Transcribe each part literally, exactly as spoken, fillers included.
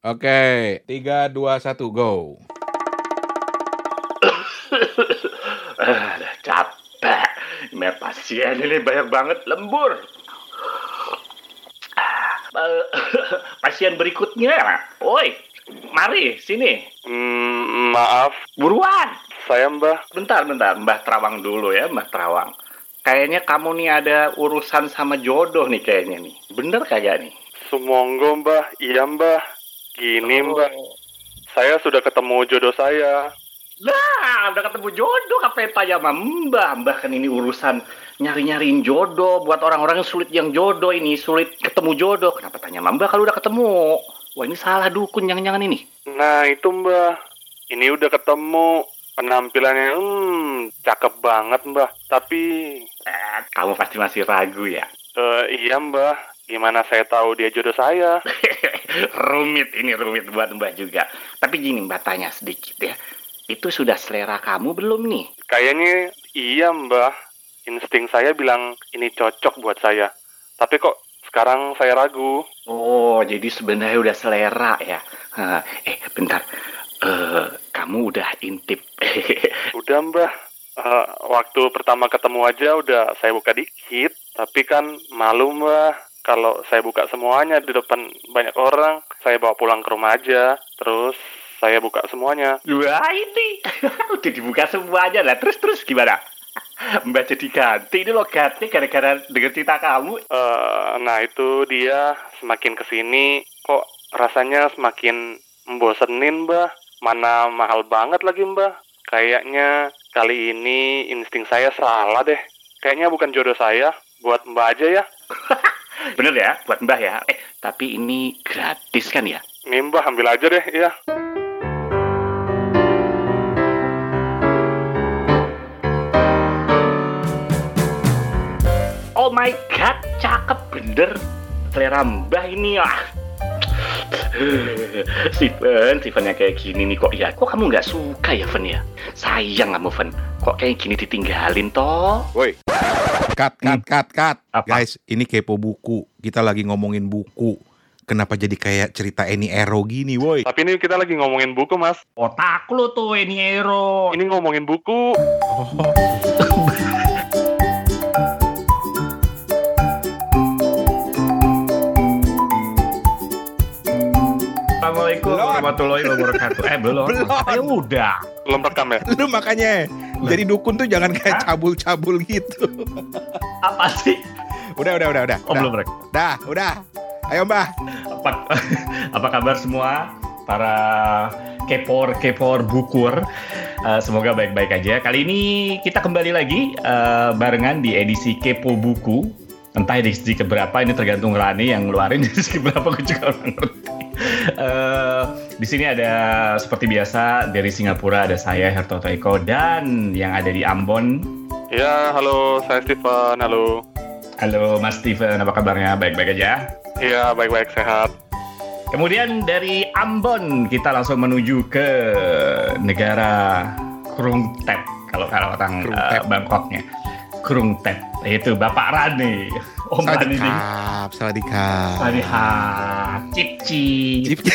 Oke, tiga, dua, satu, go. Aduh, capek. Ini pasien ini banyak banget, lembur. Uh, pasien berikutnya, woi, mari sini. Hmm, maaf, Buruan. saya Mbah. Bentar, bentar, Mbah Terawang dulu ya, Mbah Terawang. Kayaknya kamu nih ada urusan sama jodoh nih kayaknya nih. Bener kagak nih? Sumonggo Mbah, iya Mbah. Gini Oh. Mbah, saya sudah ketemu jodoh saya. Lah, udah ketemu jodoh, apa tanya sama Mbah? Mbah kan ini urusan nyari-nyariin jodoh buat orang-orang yang sulit yang jodoh ini, sulit ketemu jodoh. Kenapa tanya sama Mbah kalau udah ketemu? Wah, ini salah dukun jangan-jangan ini. Nah itu Mbah, ini udah ketemu. Penampilannya hmm, cakep banget Mbah. Tapi, Eh, kamu pasti masih ragu ya? eh, iya Mbah, gimana saya tahu dia jodoh saya? Rumit ini, rumit buat Mbah juga. Tapi gini, Mbah tanya sedikit ya. Itu sudah selera kamu belum nih? Kayaknya iya Mbah, insting saya bilang ini cocok buat saya. Tapi kok sekarang saya ragu. Oh, jadi sebenarnya udah selera ya? Hah, eh, bentar. Eh, kamu udah intip. Udah Mbah, Eh, waktu pertama ketemu aja udah saya buka dikit. Tapi kan malu Mbah, kalau saya buka semuanya di depan banyak orang. Saya bawa pulang ke rumah aja, terus saya buka semuanya. Wah, ini udah dibuka semuanya lah. Terus-terus gimana? Mbak jadi ganti ini lo ganti gara-gara denger cerita kamu. Eh, nah itu dia, semakin kesini kok rasanya semakin membosenin Mbah. Mana mahal banget lagi Mbah. Kayaknya kali ini insting saya salah deh. Kayaknya bukan jodoh saya. Buat Mbah aja ya. Bener ya, buat Mbah ya. Eh, tapi ini gratis kan ya? Nih Mbah, ambil aja deh, ya. Oh my god, cakep bener. Selera Mbah ini ya. Steven, Steven yang kayak gini nih kok ya. Kok kamu nggak suka ya, Fen ya? Sayang kamu, Fen. Kok kayak gini ditinggalin toh? Woi, cut, cut, cut, cut. Apa? Guys, ini kepo buku. Kita lagi ngomongin buku. Kenapa jadi kayak cerita Eni Ero gini, woi? Tapi ini kita lagi ngomongin buku, Mas. Otak lu tuh ini Ero. Ini ngomongin buku. Assalamualaikum Belum. warahmatullahi wabarakatuh. Eh belum. Belum. Ya udah. Belum rekam ya? Lu makanya jadi dukun tuh jangan kayak Hah? cabul-cabul gitu. Apa sih? Udah, udah, udah, udah. Oh Udah. belum rek. Dah, udah. Ayo, Mbah. Apa apa kabar semua para kepor kepor bukur? Eh, semoga baik-baik aja. Kali ini kita kembali lagi eh, barengan di edisi Kepo Buku. Entah edisi keberapa, ini tergantung Rani yang ngeluarin edisi keberapa, aku juga nggak ngerti. Eh, di sini ada seperti biasa dari Singapura ada saya Hertoto Eko dan yang ada di Ambon. Ya, halo, saya Steven. Halo. Halo Mas Steven, apa kabarnya? Baik-baik aja? Iya, baik-baik, sehat. Kemudian dari Ambon kita langsung menuju ke negara Krung Thep kalau kalau orang Krung uh, Thep. Bangkoknya. Krung Thep itu Bapak Rani. Om Rani nih. Sawadikap, sawadikap. Rani ha, cip cip. Cip.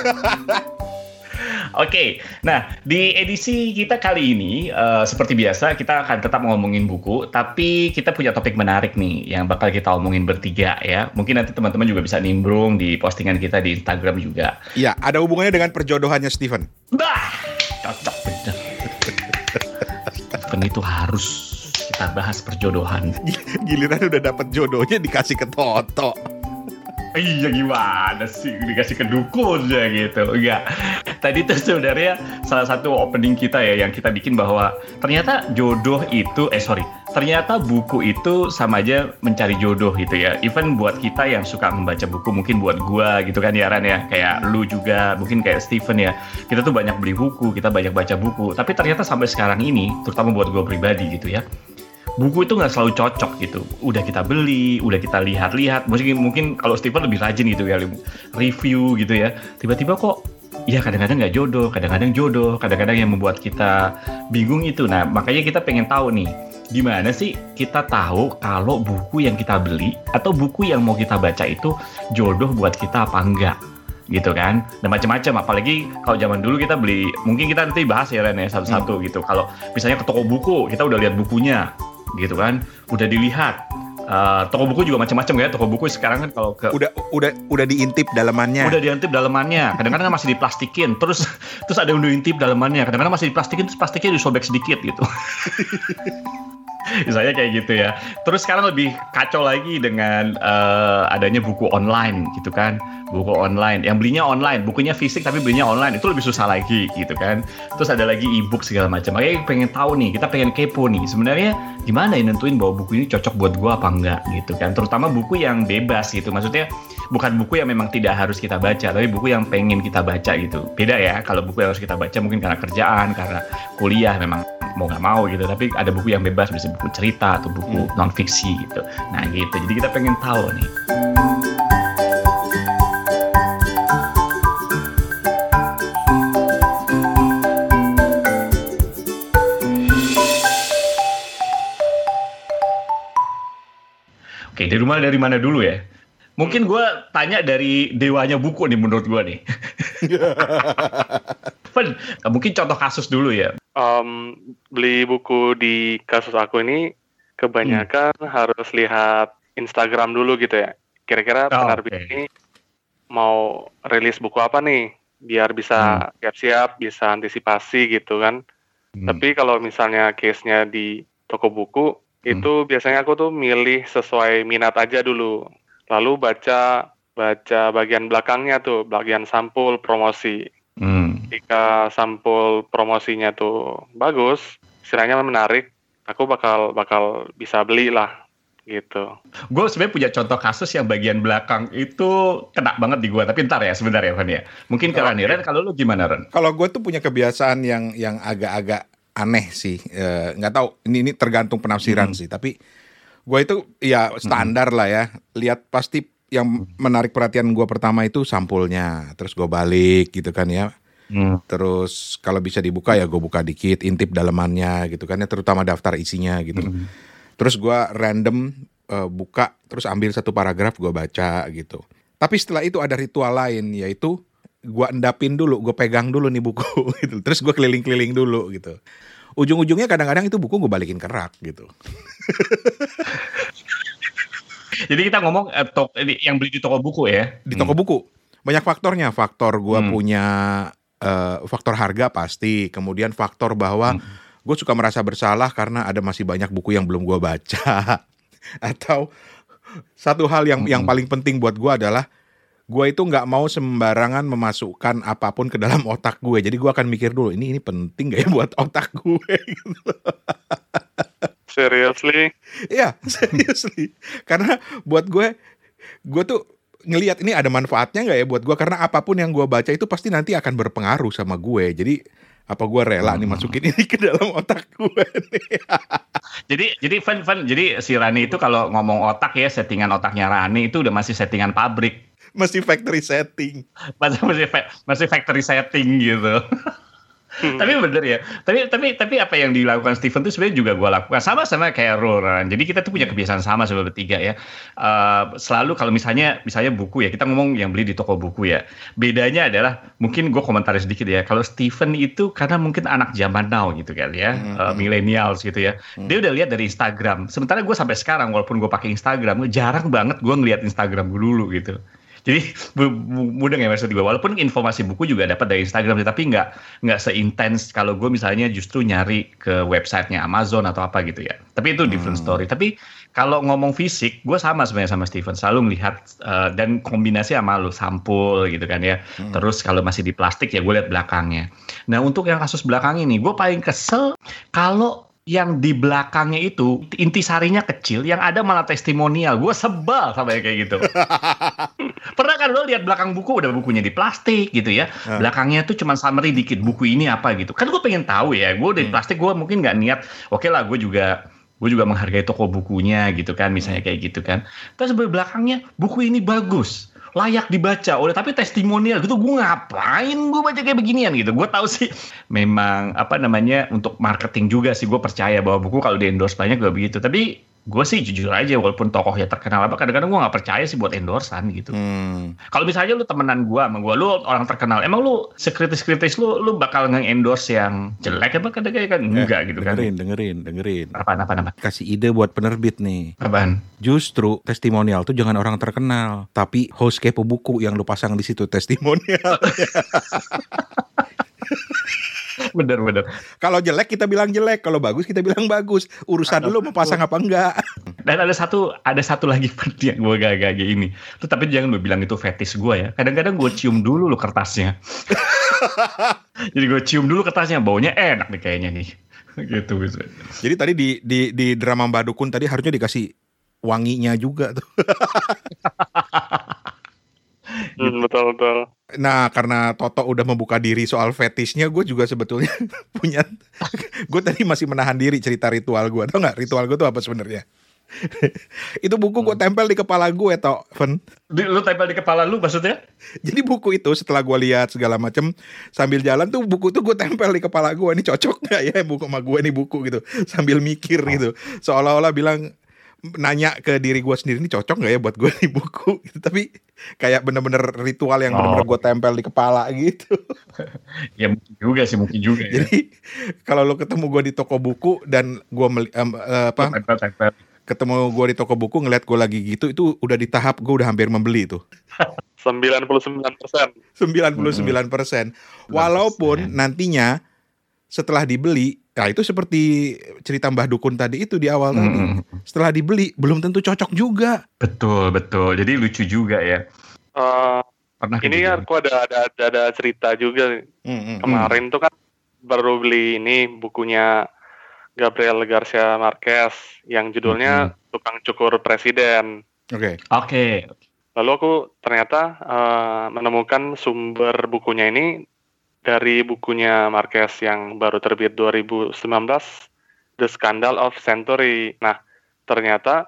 Oke, nah di edisi kita kali ini eh, seperti biasa kita akan tetap ngomongin buku, tapi kita punya topik menarik nih yang bakal kita omongin bertiga ya. Mungkin nanti teman-teman juga bisa nimbrung di postingan kita di Instagram juga. Iya, ada hubungannya dengan perjodohannya Steven. Bah, cocok bener. Stephen itu harus kita bahas perjodohan. Giliran udah dapet jodohnya dikasih ke Toto. Iya gimana sih dikasih ke dukun ya gitu. Enggak. Tadi tuh sebenarnya salah satu opening kita ya yang kita bikin bahwa ternyata jodoh itu eh sorry ternyata buku itu sama aja mencari jodoh gitu ya. Even buat kita yang suka membaca buku, mungkin buat gua gitu kan ya Ran ya, kayak lu juga mungkin kayak Steven ya. Kita tuh banyak beli buku, kita banyak baca buku. Tapi ternyata sampai sekarang ini, terutama buat gua pribadi gitu ya, buku itu nggak selalu cocok gitu. Udah kita beli, udah kita lihat-lihat. Mungkin mungkin kalau Steven lebih rajin gitu ya, review gitu ya. Tiba-tiba kok, ya kadang-kadang nggak jodoh, kadang-kadang jodoh, kadang-kadang yang membuat kita bingung itu. Nah, makanya kita pengen tahu nih, gimana sih kita tahu kalau buku yang kita beli atau buku yang mau kita baca itu jodoh buat kita apa enggak? gitu kan, dan macam-macam. Apalagi kalau zaman dulu kita beli, mungkin kita nanti bahas ya Ren ya satu-satu hmm. gitu. Kalau misalnya ke toko buku, kita udah lihat bukunya, gitu kan, udah dilihat. Uh, toko buku juga macam-macam ya. Toko buku sekarang kan kalau ke udah udah udah diintip dalamannya. Udah diintip dalamannya. Kadang-kadang masih diplastikin. Terus terus ada yang diintip dalamannya. Kadang-kadang masih diplastikin terus plastiknya disobek sedikit gitu. Misalnya kayak gitu ya. Terus sekarang lebih kacau lagi dengan uh, adanya buku online gitu kan. Buku online, yang belinya online, bukunya fisik tapi belinya online, itu lebih susah lagi gitu kan. Terus ada lagi e-book segala macam. Makanya pengen tahu nih, kita pengen kepo nih, sebenarnya gimana ya nentuin bahwa buku ini cocok buat gua apa enggak gitu kan. Terutama buku yang bebas gitu, maksudnya bukan buku yang memang tidak harus kita baca, tapi buku yang pengen kita baca gitu. Beda ya, kalau buku yang harus kita baca mungkin karena kerjaan, karena kuliah memang mau nggak mau gitu. Tapi ada buku yang bebas, bisa buku cerita atau buku hmm. non fiksi gitu. Nah gitu, jadi kita pengen tahu nih. Oke, dari rumah dari mana dulu ya? Mungkin gue tanya dari dewanya buku nih menurut gue nih. Fen, mungkin contoh kasus dulu ya. Um, beli buku di kasus aku ini kebanyakan hmm. harus lihat Instagram dulu gitu ya. Kira-kira oh, penerbit okay. ini mau rilis buku apa nih? Biar bisa hmm. siap-siap, bisa antisipasi gitu kan. Hmm. Tapi kalau misalnya case-nya di toko buku, itu hmm. biasanya aku tuh milih sesuai minat aja dulu. Lalu baca baca bagian belakangnya tuh, bagian sampul promosi. Hmm. Jika sampul promosinya tuh bagus, istilahnya menarik, aku bakal bakal bisa beli lah gitu. Gue sebenarnya punya contoh kasus yang bagian belakang itu kena banget di gue. Tapi ntar ya sebentar ya Van ya. Mungkin ke Ran. Ran, kalau lu gimana Ran? Kalau gue tuh punya kebiasaan yang yang agak-agak aneh sih, nggak e, tahu ini ini tergantung penafsiran hmm. sih. Tapi gue itu ya standar hmm. lah ya. Lihat pasti yang menarik perhatian gue pertama itu sampulnya. Terus gue balik gitu kan ya. Hmm. Terus kalau bisa dibuka ya gue buka dikit, intip dalamannya gitu kan ya. Terutama daftar isinya gitu. Hmm. Terus gue random uh, buka, terus ambil satu paragraf gue baca gitu. Tapi setelah itu ada ritual lain, yaitu gue endapin dulu, gue pegang dulu nih buku gitu. Terus gue keliling-keliling dulu gitu. Ujung-ujungnya kadang-kadang itu buku gue balikin ke rak gitu. Jadi kita ngomong eh, tok, yang beli di toko buku ya? Di toko hmm. buku. Banyak faktornya. Faktor gue hmm. punya uh, faktor harga pasti. Kemudian faktor bahwa hmm. gue suka merasa bersalah karena ada masih banyak buku yang belum gue baca. Atau satu hal yang hmm. yang paling penting buat gue adalah gue itu nggak mau sembarangan memasukkan apapun ke dalam otak gue. Jadi gue akan mikir dulu, ini ini penting nggak ya buat otak gue? Gitu. Seriously? Iya, seriously. Karena buat gue, gue tuh ngelihat ini ada manfaatnya nggak ya buat gue? Karena apapun yang gue baca itu pasti nanti akan berpengaruh sama gue. Jadi apa gue rela hmm. nih masukin ini ke dalam otak gue nih? jadi jadi Van Van jadi si Rani itu kalau ngomong otak ya, settingan otaknya Rani itu udah masih settingan pabrik. Masih factory setting. Masih masih, masih factory setting gitu. Hmm. Tapi bener ya. Tapi tapi tapi apa yang dilakukan Steven itu sebenarnya juga gue lakukan sama-sama kayak Roran. Jadi kita tuh punya kebiasaan sama sebenarnya bertiga ya. Uh, selalu kalau misalnya misalnya buku ya, kita ngomong yang beli di toko buku ya. Bedanya adalah mungkin gue komentari sedikit ya. Kalau Steven itu karena mungkin anak zaman now gitu kan ya, hmm. uh, millennials gitu ya. Hmm. Dia udah lihat dari Instagram. Sementara gue sampai sekarang walaupun gue pakai Instagram, jarang banget gue ngeliat Instagram gue dulu gitu. Jadi mudeng ya maksud gue, walaupun informasi buku juga dapat dari Instagram, tapi nggak nggak seintens kalau gue misalnya justru nyari ke websitenya Amazon atau apa gitu ya. Tapi itu different hmm. story. Tapi kalau ngomong fisik, gue sama sebenarnya sama Steven, selalu melihat uh, dan kombinasi sama lo sampul gitu kan ya. Hmm. Terus kalau masih di plastik ya gue lihat belakangnya. Nah untuk yang kasus belakang ini, gue paling kesel kalau yang di belakangnya itu intisarinya kecil, yang ada malah testimonial. Gue sebel sama yang kayak gitu. Pernah kan lo lihat belakang buku, udah bukunya di plastik gitu ya. Hmm. Belakangnya tuh cuma summary dikit, buku ini apa gitu. Kan gue pengen tahu ya, gue udah di plastik, gue mungkin nggak niat. Oke lah, gue juga gue juga menghargai toko bukunya gitu kan, misalnya kayak gitu kan. Terus belakangnya buku ini bagus, layak dibaca, udah tapi testimonial gitu, gue ngapain gue baca kayak beginian gitu. Gue tahu sih memang apa namanya untuk marketing juga sih, gue percaya bahwa buku kalau di endorse banyak juga begitu. Tapi gue sih jujur aja walaupun tokohnya terkenal apa, kadang-kadang gue nggak percaya sih buat endorsean gitu. Hmm. Kalau misalnya lu temenan gue sama gue, lu orang terkenal, emang lu sekritis-kritis lu lu bakal nge-endorse yang jelek apa kadang-kadang kan enggak eh, gitu dengerin, kan? Dengerin, dengerin, Apaan, apaan, apaan? Kasih ide buat penerbit nih. Apaan? Justru testimonial tuh jangan orang terkenal, tapi host kepo buku yang lu pasang di situ testimonial. Bener-bener. Kalau jelek kita bilang jelek, kalau bagus kita bilang bagus. Urusan lu mau pasang apa enggak. Dan ada satu ada satu lagi yang gue gak-gak ini. Lu tapi jangan lu bilang itu fetish gue ya. Kadang-kadang gue cium dulu lu kertasnya. Jadi gue cium dulu kertasnya, baunya enak nih kayaknya nih. Gitu bisa. Jadi tadi di di di drama Mbak Dukun tadi harusnya dikasih wanginya juga tuh. Hmm, betul betul. Nah, karena Toto udah membuka diri soal fetishnya, gue juga sebetulnya punya. Gue tadi masih menahan diri cerita ritual gue. Tau nggak ritual gue tuh apa sebenarnya? Itu buku gue tempel di kepala gue, toh, Fen. Lu tempel di kepala lu maksudnya? Jadi buku itu setelah gue lihat segala macem sambil jalan tuh buku tuh gue tempel di kepala gue. Ini cocok nggak ya buku sama gue nih buku gitu? Sambil mikir gitu, seolah-olah bilang. Nanya ke diri gue sendiri, ini cocok gak ya buat gue nih buku gitu. Tapi kayak bener-bener ritual yang bener-bener gue tempel di kepala gitu. Ya mungkin juga sih, mungkin juga ya. Jadi kalau lo ketemu gue di toko buku dan gue meli- um, uh, apa Tempel-tempel. ketemu gue di toko buku ngeliat gue lagi gitu, itu udah di tahap gue udah hampir membeli tuh. sembilan puluh sembilan persen. sembilan puluh sembilan persen. Walaupun nantinya setelah dibeli, nah itu seperti cerita Mbah Dukun tadi itu di awal tadi. Mm-hmm. Setelah dibeli belum tentu cocok juga. Betul, betul. Jadi lucu juga ya. Uh, Pernah ini kejadian. aku ada, ada ada ada cerita juga. Mm-hmm. Kemarin tuh kan baru beli ini bukunya Gabriel Garcia Marquez yang judulnya Mm-hmm. Tukang Cukur Presiden. Oke. Oke. Okay. Lalu aku ternyata uh, menemukan sumber bukunya ini dari bukunya Marquez yang baru terbit dua ribu sembilan belas, The Scandal of Century. Nah, ternyata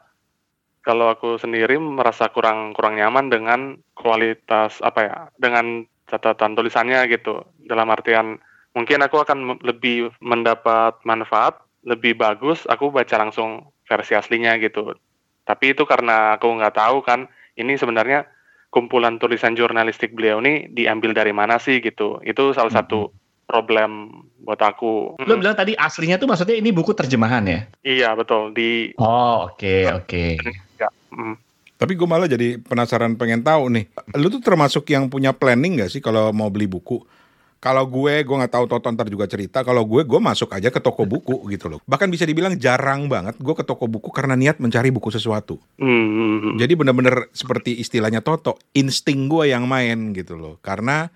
kalau aku sendiri merasa kurang kurang nyaman dengan kualitas apa ya, dengan catatan tulisannya gitu. Dalam artian mungkin aku akan lebih mendapat manfaat lebih bagus aku baca langsung versi aslinya gitu. Tapi itu karena aku nggak tahu kan ini sebenarnya kumpulan tulisan jurnalistik beliau ini diambil dari mana sih gitu. Itu salah satu problem buat aku. Lo bilang tadi aslinya tuh maksudnya ini buku terjemahan ya? Iya betul di. Oh oke okay, oke. Okay. Ya, mm. Tapi gue malah jadi penasaran pengen tahu nih. Lu tuh termasuk yang punya planning nggak sih kalau mau beli buku? Kalau gue, gue nggak tahu Toto ntar juga cerita. Kalau gue, gue masuk aja ke toko buku gitu loh. Bahkan bisa dibilang jarang banget gue ke toko buku karena niat mencari buku sesuatu. Mm. Jadi bener-bener seperti istilahnya Toto, insting gue yang main gitu loh. Karena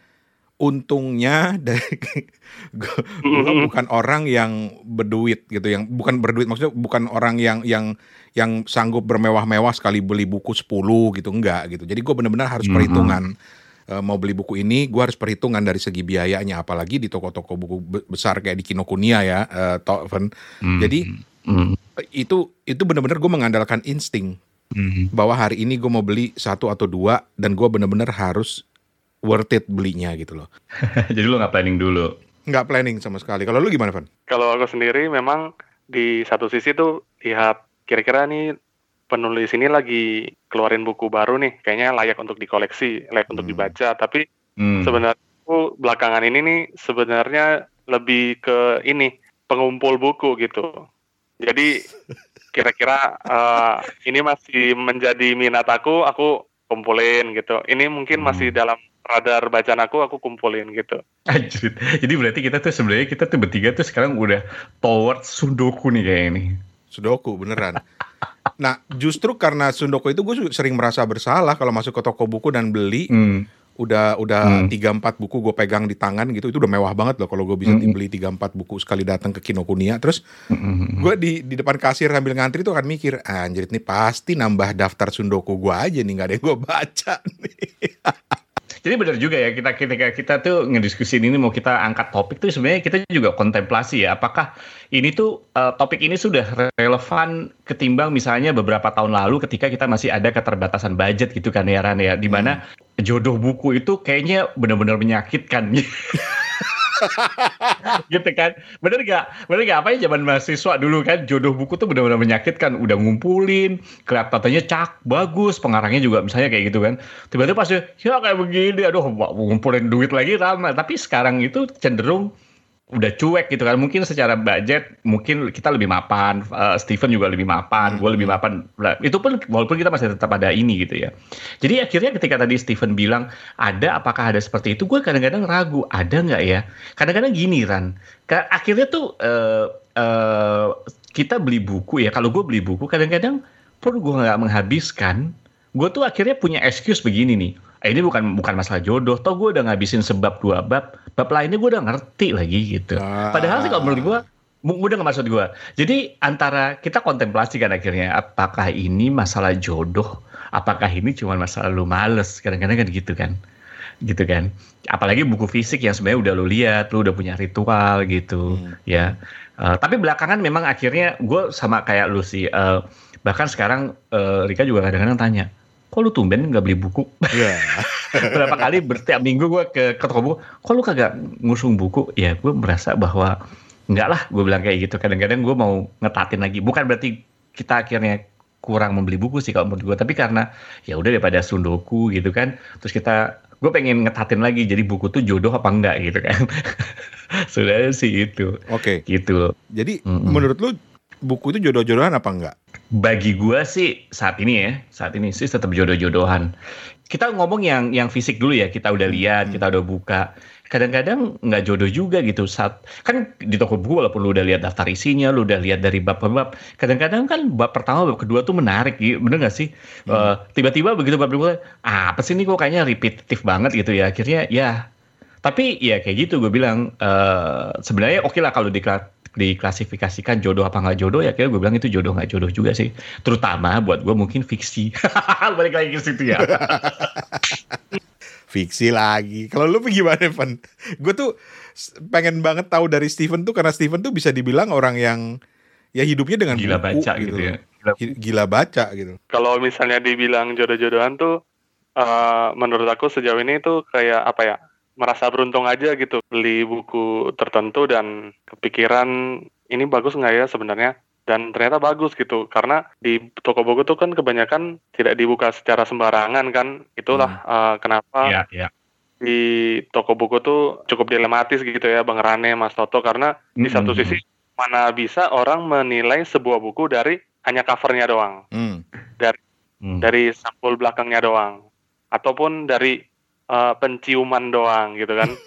untungnya dari gue, gue bukan orang yang berduit gitu, yang bukan berduit maksudnya bukan orang yang yang yang sanggup bermewah-mewah sekali beli buku sepuluh gitu, enggak gitu. Jadi gue bener-bener harus perhitungan. Uh, mau beli buku ini, gue harus perhitungan dari segi biayanya, apalagi di toko-toko buku besar kayak di Kinokuniya ya, uh, Toven. Mm. Jadi mm. itu itu benar-benar gue mengandalkan insting mm. bahwa hari ini gue mau beli satu atau dua dan gue benar-benar harus worth it belinya gitu loh. Jadi lu nggak planning dulu? Nggak planning sama sekali. Kalau lu gimana, Van? Kalau aku sendiri memang di satu sisi tuh lihat kira-kira nih penulis ini lagi keluarin buku baru nih, kayaknya layak untuk dikoleksi, layak hmm. untuk dibaca. Tapi hmm. sebenarnya aku belakangan ini nih sebenarnya lebih ke ini pengumpul buku gitu. Jadi kira-kira uh, ini masih menjadi minat aku, aku kumpulin gitu. Ini mungkin hmm. masih dalam radar bacaan aku, aku kumpulin gitu. Anjir. Jadi berarti kita tuh sebenarnya kita tuh bertiga tuh sekarang udah towards Sudoku nih kayak ini. Sudoku beneran. Nah justru karena Sudoku itu gue sering merasa bersalah kalau masuk ke toko buku dan beli hmm. udah udah tiga empat buku gue pegang di tangan gitu, itu udah mewah banget loh kalau gue bisa hmm. beli tiga empat buku sekali datang ke Kinokuniya. Terus hmm. gue di di depan kasir sambil ngantri tuh akan mikir, anjir nih pasti nambah daftar Sudoku gue aja nih, nggak ada yang gue baca nih. Jadi benar juga ya, kita ketika kita tuh ngediskusin ini mau kita angkat topik tuh sebenarnya kita juga kontemplasi ya, apakah ini tuh uh, topik ini sudah relevan ketimbang misalnya beberapa tahun lalu ketika kita masih ada keterbatasan budget gitu kan ya Ran ya, di mana hmm. jodoh buku itu kayaknya benar-benar menyakitkan. Gitu kan, bener gak? Bener gak? Apa ya zaman mahasiswa dulu kan, jodoh buku tuh benar-benar menyakitkan. Udah ngumpulin, kelihatannya cak, bagus, pengarangnya juga misalnya kayak gitu kan. Tiba-tiba pas ya kayak begini, aduh ngumpulin duit lagi lama. Tapi sekarang itu cenderung udah cuek gitu kan, mungkin secara budget mungkin kita lebih mapan, uh, Steven juga lebih mapan, gue lebih mapan, itu pun walaupun kita masih tetap ada ini gitu ya. Jadi akhirnya ketika tadi Steven bilang ada, apakah ada seperti itu, gue kadang-kadang ragu, ada nggak ya? Kadang-kadang gini Ran, akhirnya tuh uh, uh, kita beli buku ya, kalau gue beli buku kadang-kadang pun gue nggak menghabiskan, gue tuh akhirnya punya excuse begini nih. Eh, ini bukan bukan masalah jodoh, toh gue udah ngabisin sebab dua bab, bab lainnya gue udah ngerti lagi gitu. Ah. Padahal sih kalau menurut gue, udah nggak maksud gue. Jadi antara kita kontemplasi kan akhirnya, apakah ini masalah jodoh, apakah ini cuma masalah lu males, kadang-kadang kan gitu kan, gitu kan. Apalagi buku fisik yang sebenarnya udah lu lihat, lu udah punya ritual gitu, hmm. ya. Uh, tapi belakangan memang akhirnya gue sama kayak lu sih, uh, bahkan sekarang uh, Rika juga kadang-kadang tanya, kok lu tumben nggak beli buku? Yeah. Berapa kali setiap minggu gue ke, ke toko buku, kok lu kagak ngusung buku? Ya gue merasa bahwa enggak lah, gue bilang kayak gitu. Kadang-kadang gue mau ngetatin lagi. Bukan berarti kita akhirnya kurang membeli buku sih kalau menurut gue, tapi karena ya udah daripada sundoku gitu kan. Terus kita, gue pengen ngetatin lagi. Jadi buku tuh jodoh apa enggak gitu kan? Sudah sih itu. Oke. Okay. Gitu. Jadi mm-hmm. menurut lu buku itu jodoh-jodohan apa enggak? Bagi gue sih saat ini ya, saat ini sih tetap jodoh-jodohan. Kita ngomong yang yang fisik dulu ya, kita udah lihat, hmm. kita udah buka. Kadang-kadang nggak jodoh juga gitu. Saat kan di toko buku walaupun lu udah lihat daftar isinya, lu udah lihat dari bab per bab. Kadang-kadang kan bab pertama, bab kedua tuh menarik, bener nggak sih? Hmm. Uh, tiba-tiba begitu bab kedua, ah, apa sih ini kok kayaknya repetitif banget gitu ya. Akhirnya ya. Tapi ya kayak gitu gue bilang uh, sebenarnya oke lah kalau diklat diklasifikasikan jodoh apa nggak jodoh, ya kira gue bilang itu jodoh nggak jodoh juga sih, terutama buat gue mungkin fiksi. Balik lagi ke situ ya. Fiksi lagi. Kalau lu gimana Evan? Gue tuh pengen banget tahu dari Steven tuh, karena Steven tuh bisa dibilang orang yang ya hidupnya dengan gila buku, baca gitu, gitu ya. Gila. Gila baca gitu. Kalau misalnya dibilang jodoh-jodohan tuh uh, menurut aku sejauh ini tuh kayak apa ya, merasa beruntung aja gitu beli buku tertentu dan kepikiran ini bagus nggak ya sebenarnya, dan ternyata bagus gitu, karena di toko buku tuh kan kebanyakan tidak dibuka secara sembarangan kan, itulah hmm. uh, kenapa yeah, yeah. di toko buku tuh cukup dilematis gitu ya Bang Rane, Mas Toto, karena hmm. di satu sisi mana bisa orang menilai sebuah buku dari hanya covernya doang, hmm. dari hmm. dari sampul belakangnya doang, ataupun dari Uh, penciuman doang gitu kan.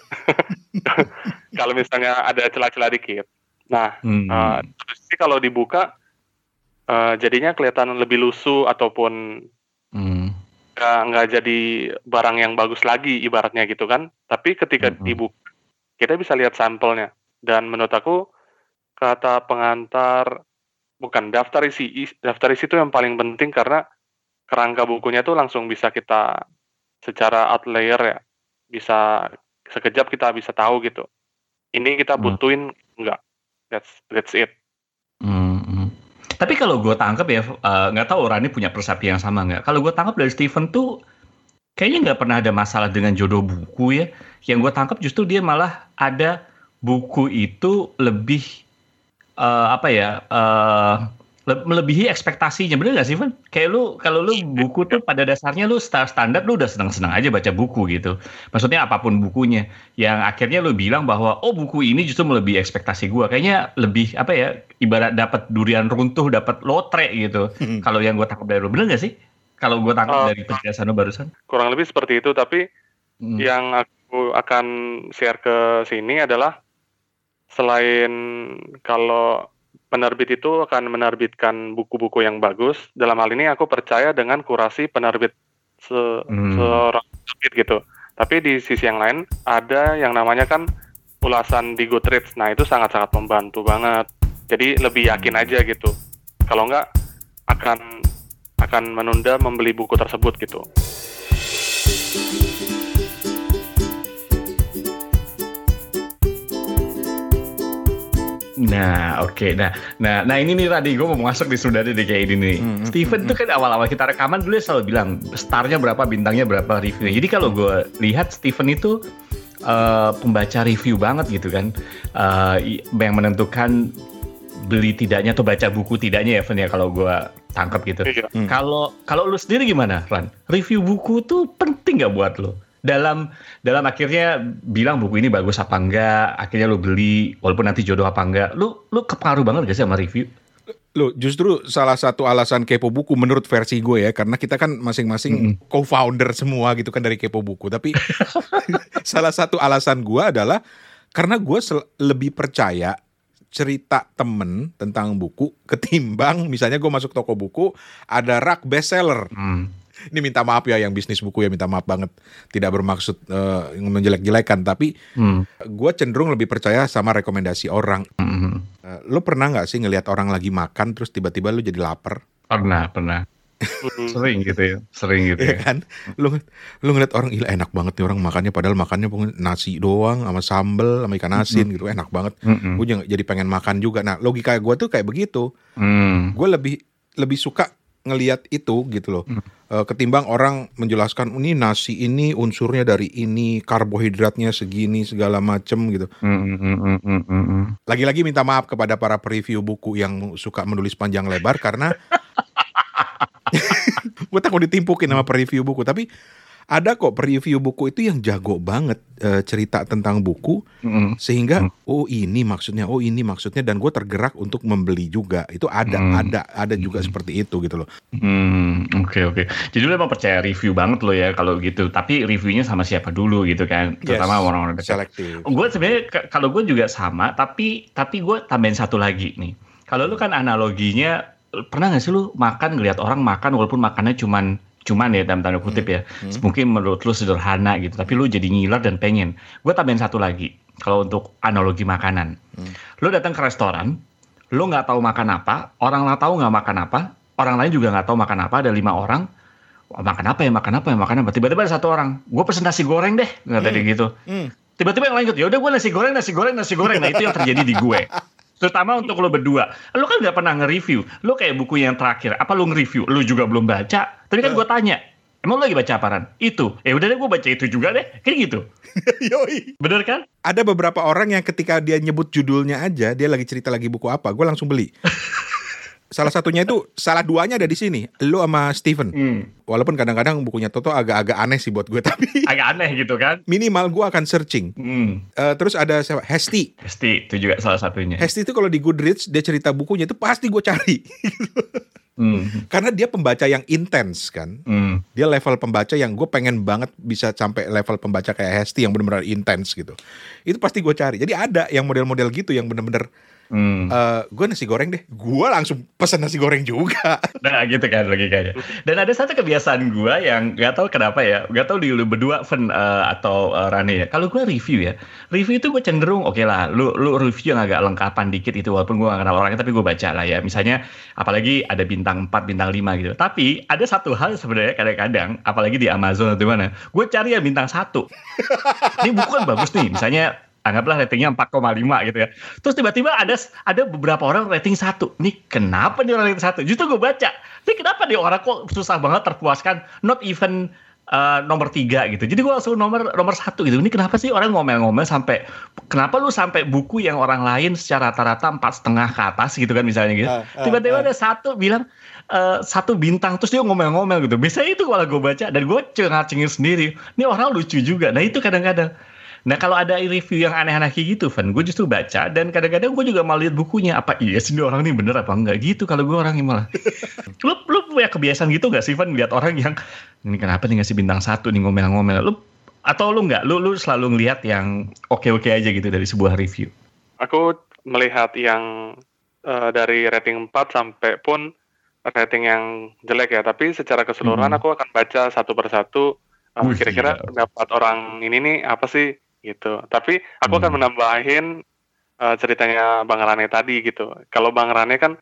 Kalau misalnya ada celah-celah dikit. Nah, hmm. uh, terus kalau dibuka uh, jadinya kelihatan lebih lusuh ataupun hmm. uh, nggak jadi barang yang bagus lagi ibaratnya gitu kan. Tapi ketika hmm. dibuka kita bisa lihat sampelnya, dan menurut aku kata pengantar bukan daftar isi, daftar isi itu yang paling penting, karena kerangka bukunya tuh langsung bisa kita secara outlayer ya, bisa sekejap kita bisa tahu gitu. Ini kita butuhin hmm. enggak? That's that's it. Hmm. Tapi kalau gue tangkap ya, nggak uh, tahu Rani punya persepsi yang sama nggak? Kalau gue tangkap dari Steven tuh kayaknya nggak pernah ada masalah dengan jodoh buku ya. Yang gue tangkap justru dia malah ada buku itu lebih uh, apa ya? Uh, melebihi ekspektasinya, bener gak sih Van? Kayak lu, kalau lu buku tuh pada dasarnya lu standar lu udah senang-senang aja baca buku gitu. Maksudnya apapun bukunya, yang akhirnya lu bilang bahwa oh buku ini justru melebihi ekspektasi gua. Kayaknya lebih apa ya, ibarat dapat durian runtuh, dapat lotre gitu. Hmm. Kalau yang gua tangkap dari lu, bener gak sih? Kalau gua tangkap uh, dari penjelasan lu barusan. Kurang lebih seperti itu, tapi hmm. yang aku akan share ke sini adalah selain kalau penerbit itu akan menerbitkan buku-buku yang bagus. Dalam hal ini aku percaya dengan kurasi penerbit se- hmm. seorang penerbit gitu. Tapi di sisi yang lain ada yang namanya kan ulasan di Goodreads. Nah itu sangat-sangat membantu banget. Jadi lebih yakin aja gitu. Kalau enggak akan akan menunda membeli buku tersebut gitu. Nah, oke. Okay. Nah, nah, nah ini nih tadi gue mau masuk di Sundari deh kayak ini nih. Hmm, Steven hmm, tuh kan awal-awal kita rekaman dulu dia selalu bilang starnya berapa, bintangnya berapa, reviewnya. Jadi kalau gue lihat Steven itu uh, pembaca review banget gitu kan, uh, yang menentukan beli tidaknya atau baca buku tidaknya ya, Fen ya, kalau gue tangkap gitu. Iya. Kalau hmm. kalau lu sendiri gimana, Ran? Review buku tuh penting nggak buat lu? Dalam dalam akhirnya bilang buku ini bagus apa enggak, akhirnya lu beli walaupun nanti jodoh apa enggak, lu lu kepengaruh banget gak sih sama review? Loh, justru salah satu alasan kepo buku menurut versi gue ya, karena kita kan masing-masing mm-hmm. co-founder semua gitu kan dari kepo buku. Tapi salah satu alasan gue adalah karena gue sel- lebih percaya cerita temen tentang buku ketimbang misalnya gue masuk toko buku ada rak bestseller. Mm. Ini minta maaf ya yang bisnis buku ya, minta maaf banget, tidak bermaksud uh, menjelek-jelekan, tapi hmm. gue cenderung lebih percaya sama rekomendasi orang. Hmm. Uh, lo pernah nggak sih ngelihat orang lagi makan terus tiba-tiba lo jadi lapar? Pernah, pernah. Sering gitu ya, sering gitu. Ya kan? Lo lo ngeliat orang, gila enak banget nih orang makannya, padahal makannya nasi doang sama sambel sama ikan asin hmm. gitu, enak banget. Hmm. Gue jadi pengen makan juga. Nah logika gue tuh kayak begitu. Hmm. Gue lebih lebih suka ngelihat itu gitu loh. Hmm. Uh, ketimbang orang menjelaskan ini nasi ini unsurnya dari ini, karbohidratnya segini segala macem gitu. Mm, mm, mm, mm, mm. Lagi-lagi minta maaf kepada para preview buku yang suka menulis panjang lebar karena gue takut ditimpukin sama preview buku. Tapi ada kok preview buku itu yang jago banget uh, cerita tentang buku mm. sehingga mm. oh ini maksudnya, oh ini maksudnya, dan gue tergerak untuk membeli juga. Itu ada, mm. ada, ada juga mm. seperti itu gitu loh. Oke hmm, oke. Okay, okay. Jadi lu emang percaya review banget lo ya kalau gitu. Tapi reviewnya sama siapa dulu gitu kan? Terutama yes, orang-orang dekat. Selektif. Gue sebenarnya k- kalau gue juga sama, tapi tapi gue tambahin satu lagi nih. Kalau lu kan analoginya, pernah nggak sih lu makan ngelihat orang makan walaupun makannya cuman Cuman ya dalam tanda kutip ya, hmm. mungkin menurut lu sederhana gitu, tapi lu jadi ngiler dan pengen. Gue tambahin satu lagi, kalau untuk analogi makanan. Hmm. Lu datang ke restoran, lu nggak tahu makan apa, orang lain tahu nggak makan apa, orang lain juga nggak tahu makan apa, ada lima orang, makan apa ya, makan apa ya, makan apa. Tiba-tiba ada satu orang, gue pesen nasi goreng deh, nggak hmm. tadi gitu. Hmm. Tiba-tiba yang lain gitu, ya udah gue nasi goreng, nasi goreng, nasi goreng. Nah itu yang terjadi di gue. Terutama untuk lo berdua. Lo kan gak pernah nge-review. Lo kayak buku yang terakhir. Apa lo nge-review? Lo juga belum baca. Tapi kan uh. gue tanya, emang lo lagi baca apaan? Itu. Eh udah deh gue baca itu juga deh. Kayak gitu. Yoi. Bener kan? Ada beberapa orang yang ketika dia nyebut judulnya aja, dia lagi cerita lagi buku apa, gue langsung beli. Salah satunya itu, salah duanya ada di sini, lo sama Steven. Hmm. Walaupun kadang-kadang bukunya Toto agak-agak aneh sih buat gue, tapi agak aneh gitu kan. Minimal gue akan searching. Hmm. Uh, terus ada siapa? Hesti. Hesti itu juga salah satunya. Hesti itu kalau di Goodreads dia cerita bukunya itu pasti gue cari. hmm. Karena dia pembaca yang intens kan. Hmm. Dia level pembaca yang gue pengen banget bisa sampai level pembaca kayak Hesti yang benar-benar intens gitu. Itu pasti gue cari. Jadi ada yang model-model gitu yang benar-benar Hmm. Uh, gue nasi goreng deh, gue langsung pesan nasi goreng juga. Nah gitu kan logikanya. Dan ada satu kebiasaan gue yang gak tahu kenapa ya, gak tahu di lu berdua Fen uh, atau uh, Rani ya. Kalau gue review ya, review itu gue cenderung oke okay lah, lu lu review yang agak lengkapan dikit itu, walaupun gue gak kenal orangnya tapi gue baca lah ya. Misalnya apalagi ada bintang empat, bintang lima gitu. Tapi ada satu hal sebenarnya kadang-kadang, apalagi di Amazon atau mana, gue cari yang bintang satu. Ini buku kan bagus nih, misalnya anggaplah ratingnya empat koma lima gitu ya. Terus tiba-tiba ada ada beberapa orang rating satu. Nih kenapa nih orang rating satu? Justru gue baca. Ini kenapa nih orang kok susah banget terpuaskan? Not even uh, nomor tiga gitu. Jadi gue langsung nomor nomor satu gitu. Ini kenapa sih orang ngomel-ngomel sampai, kenapa lu sampai buku yang orang lain secara rata-rata empat setengah ke atas gitu kan misalnya gitu. Uh, uh, tiba-tiba uh. ada satu bilang uh, satu bintang, terus dia ngomel-ngomel gitu. Biasanya itu kalau gue baca dan gue cengar-cengir sendiri. Ini orang lucu juga. Nah itu kadang-kadang. Nah kalau ada review yang aneh-aneh kayak gitu, Van, gue justru baca dan kadang-kadang gue juga mau lihat bukunya, apa iya sih orang ini bener apa enggak gitu. Kalau gue orangnya malah, lu lu punya kebiasaan gitu nggak sih, Van, lihat orang yang ini kenapa nih ngasih bintang satu nih ngomel-ngomel, lu atau lu nggak, lu lu selalu ngelihat yang oke-oke aja gitu dari sebuah review? Aku melihat yang uh, dari rating empat sampai pun rating yang jelek ya, tapi secara keseluruhan hmm. aku akan baca satu persatu uh, uh, kira-kira pendapat orang ini nih apa sih gitu. Tapi aku hmm. akan menambahin uh, ceritanya Bang Rane tadi gitu. Kalau Bang Rane kan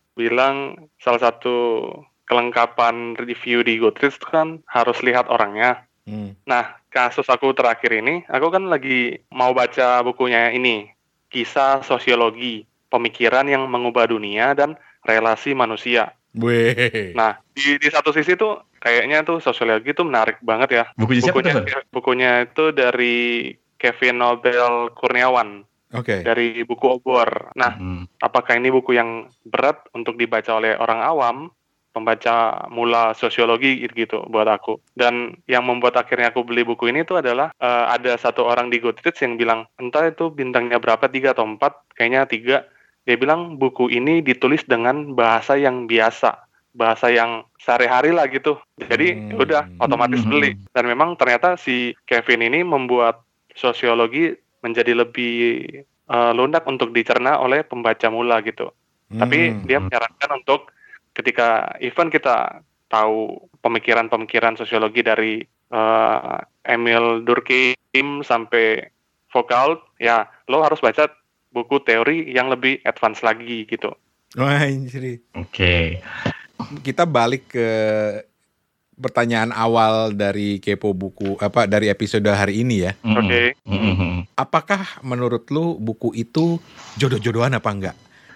bilang salah satu kelengkapan review di Goodreads kan harus lihat orangnya. Hmm. Nah, kasus aku terakhir ini, aku kan lagi mau baca bukunya ini, Kisah Sosiologi, Pemikiran yang Mengubah Dunia dan Relasi Manusia. Weh. Nah, di, di satu sisi tuh kayaknya tuh sosiologi tuh menarik banget ya. Bukunya siapa bukunya, tuh? Bukunya itu dari Kevin Nobel Kurniawan. Oke. Okay. Dari buku Obor. Nah, hmm. apakah ini buku yang berat untuk dibaca oleh orang awam, pembaca mula sosiologi gitu buat aku. Dan yang membuat akhirnya aku beli buku ini itu adalah uh, ada satu orang di Goodreads yang bilang, entah itu bintangnya berapa, tiga atau empat, kayaknya tiga. Dia bilang buku ini ditulis dengan bahasa yang biasa, bahasa yang sehari-hari lah gitu. Jadi hmm. udah otomatis beli. Dan memang ternyata si Kevin ini membuat sosiologi menjadi lebih uh, lunak untuk dicerna oleh pembaca mula gitu. Hmm. Tapi dia menyarankan untuk ketika even kita tahu pemikiran-pemikiran sosiologi dari uh, Emil Durkheim sampai Foucault, ya lo harus baca buku teori yang lebih advance lagi gitu. Wah, jadi. Oke. Okay. Kita balik ke pertanyaan awal dari Kepo Buku apa dari episode hari ini ya. Oke. Okay. Mm-hmm. Apakah menurut lu buku itu jodoh-jodohan apa enggak?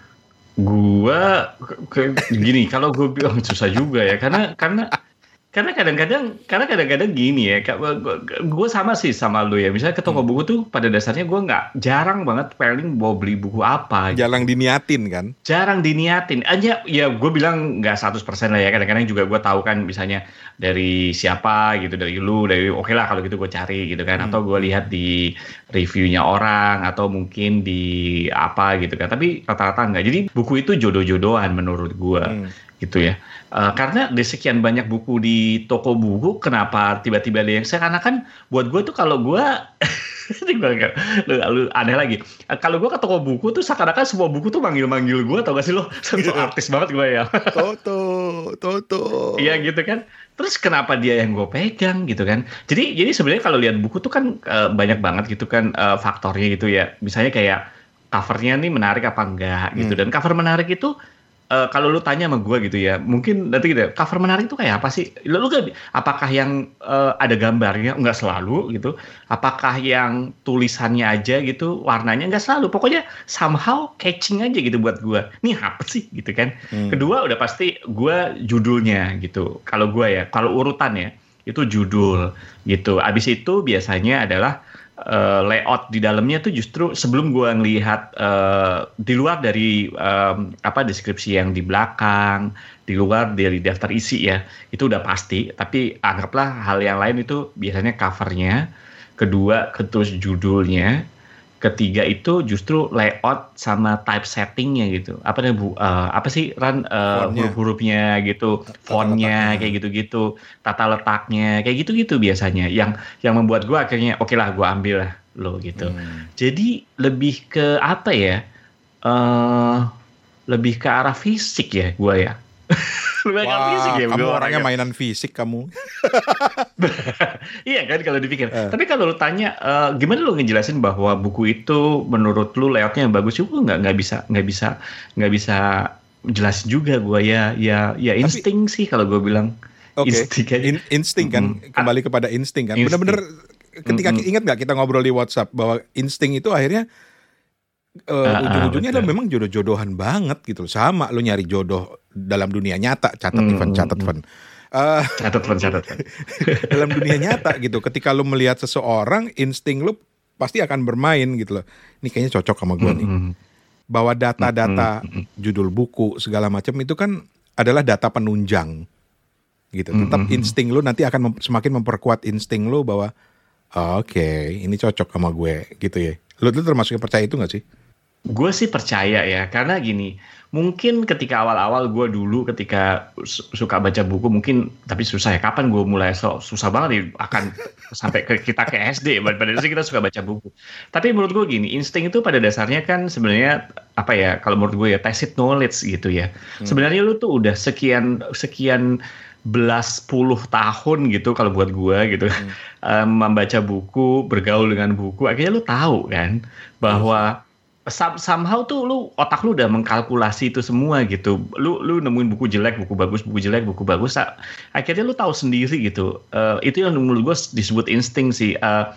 Gua ke, gini, kalau gue bilang susah juga ya, karena karena karena kadang-kadang karena kadang-kadang gini ya, gue sama sih sama lu ya. Misalnya ke toko hmm. buku tuh pada dasarnya gue nggak jarang banget paling mau beli buku apa. Jarang gitu. diniatin kan? Jarang diniatin. Aja ya gue bilang nggak seratus persen lah ya. Kadang-kadang juga gue tahu kan misalnya dari siapa gitu, dari lu, dari oke okay lah kalau gitu gue cari gitu kan. Hmm. Atau gue lihat di reviewnya orang atau mungkin di apa gitu kan. Tapi rata-rata enggak. Jadi buku itu jodoh-jodohan menurut gue. Hmm. Gitu ya, uh, karena di sekian banyak buku di toko buku, kenapa tiba-tiba ada yang seakan-akan buat gue tuh kalau gue ini gue gak, lu, lu aneh lagi. Uh, kalau gue ke toko buku tuh seakan-akan semua buku tuh manggil-manggil gue, tau gak sih lo? So artis banget gue ya. Toto, Toto. Iya gitu kan. Terus kenapa dia yang gue pegang gitu kan? Jadi jadi sebenarnya kalau lihat buku tuh kan uh, banyak banget gitu kan uh, faktornya gitu ya. Misalnya kayak covernya nih menarik apa enggak gitu. Hmm. Dan cover menarik itu Uh, kalau lu tanya sama gue gitu ya, mungkin nanti gitu, cover menarik itu kayak apa sih? Lu, lu kan, apakah yang uh, ada gambarnya? Enggak selalu gitu. Apakah yang tulisannya aja gitu, warnanya enggak selalu. Pokoknya somehow catching aja gitu buat gue. Nih apa sih gitu kan? Hmm. Kedua udah pasti gue judulnya gitu. Kalau gue ya, kalau urutan ya, itu judul gitu. Abis itu biasanya adalah Uh, layout di dalamnya tuh justru sebelum gue ngelihat uh, di luar dari um, apa deskripsi yang di belakang, di luar dari daftar isi ya, itu udah pasti. Tapi anggaplah hal yang lain itu biasanya covernya, kedua terus judulnya, ketiga itu justru layout sama typesettingnya gitu. Apa nih bu? Uh, apa sih Ran uh, huruf-hurufnya gitu, fontnya kayak gitu-gitu, tata letaknya kayak gitu-gitu biasanya. Yang yang membuat gue akhirnya oke okay lah gue ambil lah lo gitu. Hmm. Jadi lebih ke apa ya? Uh, lebih ke arah fisik ya gue ya. Wah, fisik ya, kamu orangnya kan. Mainan fisik kamu. Iya kan kalau dipikir. Uh. Tapi kalau lu tanya uh, gimana lu ngejelasin bahwa buku itu menurut lu layoutnya yang bagus, juga nggak nggak bisa nggak bisa nggak bisa jelasin juga gue ya ya ya insting Tapi, sih kalau gue bilang. Oke. Okay. In, insting kan mm-hmm. kembali kepada insting kan. Insting. Benar-benar ketika mm-hmm. ingat nggak kita ngobrol di WhatsApp bahwa insting itu akhirnya Uh, uh, ujung-ujungnya uh, adalah memang jodoh-jodohan banget gitu. Sama lu nyari jodoh dalam dunia nyata, catat hmm, Ivan, catat Ivan. Uh, catat Ivan, catat Ivan. Dalam dunia nyata gitu. Ketika lu melihat seseorang, insting lu pasti akan bermain gitu loh. Ini kayaknya cocok sama gue hmm, nih. Bahwa data-data hmm, judul buku segala macam itu kan adalah data penunjang gitu. Tetap hmm, insting lu nanti akan mem- semakin memperkuat insting lu bahwa oh, oke, okay, ini cocok sama gue gitu ya. Lu tuh termasuk yang percaya itu gak sih? Gue sih percaya ya, karena gini, mungkin ketika awal-awal gue dulu ketika suka baca buku mungkin, tapi susah ya, kapan gue mulai so, susah banget nih akan sampai ke kita ke S D, pada dasarnya kita suka baca buku. Tapi menurut gue gini, insting itu pada dasarnya kan sebenarnya apa ya, kalau menurut gue ya tacit knowledge gitu ya. Hmm. Sebenarnya lu tuh udah sekian sekian belas puluh tahun gitu kalau buat gue gitu hmm. um, membaca buku, bergaul dengan buku, akhirnya lu tahu kan bahwa hmm. somehow tuh lu otak lu udah mengkalkulasi itu semua gitu. Lu lu nemuin buku jelek, buku bagus, buku jelek, buku bagus, akhirnya lu tahu sendiri gitu. Uh, itu yang menurut gue disebut insting sih. Uh,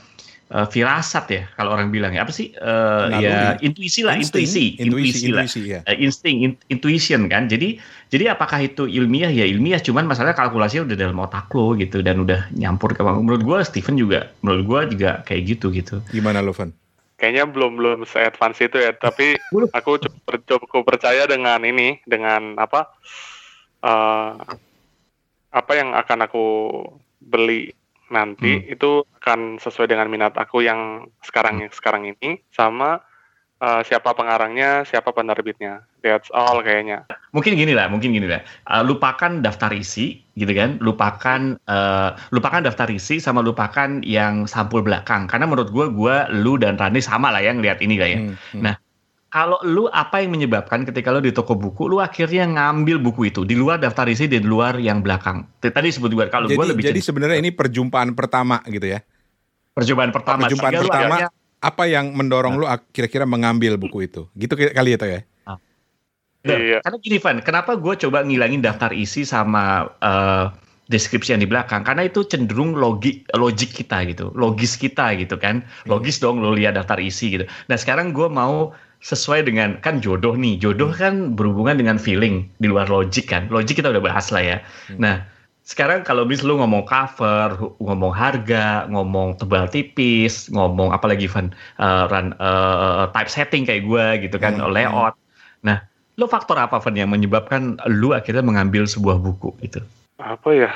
uh, firasat ya kalau orang bilang ya apa sih uh, ya intuisi lah Insting. intuisi intuisi intuisi lah intuisi, ya. uh, insting in, intuition kan jadi jadi apakah itu ilmiah ya ilmiah cuman masalah kalkulasinya udah dalam otak lo gitu dan udah nyampur ke menurut gue Stephen juga menurut gue juga kayak gitu gitu Gimana lo, Van? Kayaknya belum belum se-advance itu ya, tapi aku cukup, cukup percaya dengan ini dengan apa uh, apa yang akan aku beli nanti hmm. itu akan sesuai dengan minat aku yang sekarang hmm. sekarang ini sama uh, siapa pengarangnya, siapa penerbitnya. That's all kayaknya. Mungkin gini lah, mungkin gini lah. Uh, lupakan daftar isi, gitu kan? Lupakan, uh, lupakan daftar isi sama lupakan yang sampul belakang. Karena menurut gue, gue, lu dan Rani sama lah ya ngeliat ini lah ya. Hmm. Hmm. Nah, kalau lu apa yang menyebabkan ketika lu di toko buku, lu akhirnya ngambil buku itu di luar daftar isi, di luar yang belakang. Tadi sebut gue kalau gue lebih. Jadi sebenarnya ini perjumpaan pertama gitu ya? Perjumpaan pertama. Perjumpaan Sehingga pertama. Akhirnya, apa yang mendorong nah. lu kira-kira mengambil buku itu? Gitu kali itu ya? Nah. Iya. Karena gini Van, kenapa gue coba ngilangin daftar isi sama uh, deskripsi yang di belakang? Karena itu cenderung logik logik kita gitu, logis kita gitu kan, logis hmm. dong lo lihat daftar isi gitu. Nah sekarang gue mau sesuai dengan kan jodoh nih, jodoh kan berhubungan dengan feeling di luar logik kan, logik kita udah bahas lah ya. Hmm. Nah sekarang kalau bis lu ngomong cover, ngomong harga, ngomong tebal tipis, ngomong apalagi Van uh, run uh, typesetting kayak gue gitu kan, hmm. layout. Nah lo faktor apa Van yang menyebabkan lu akhirnya mengambil sebuah buku itu? Apa ya?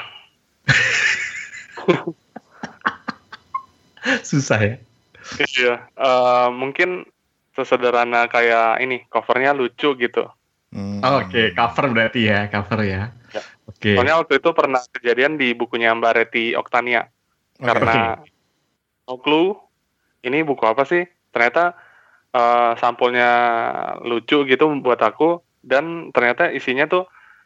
Susah ya? Iya, uh, mungkin sesederhana kayak ini, covernya lucu gitu. Hmm. Oh, Oke, okay. cover berarti ya, cover ya. ya. Oke. Okay. Soalnya waktu itu pernah kejadian di bukunya Mbak Reti Oktania. Okay. Karena no clue, ini buku apa sih? Ternyata uh, sampulnya lucu gitu buat aku. Dan ternyata isinya tuh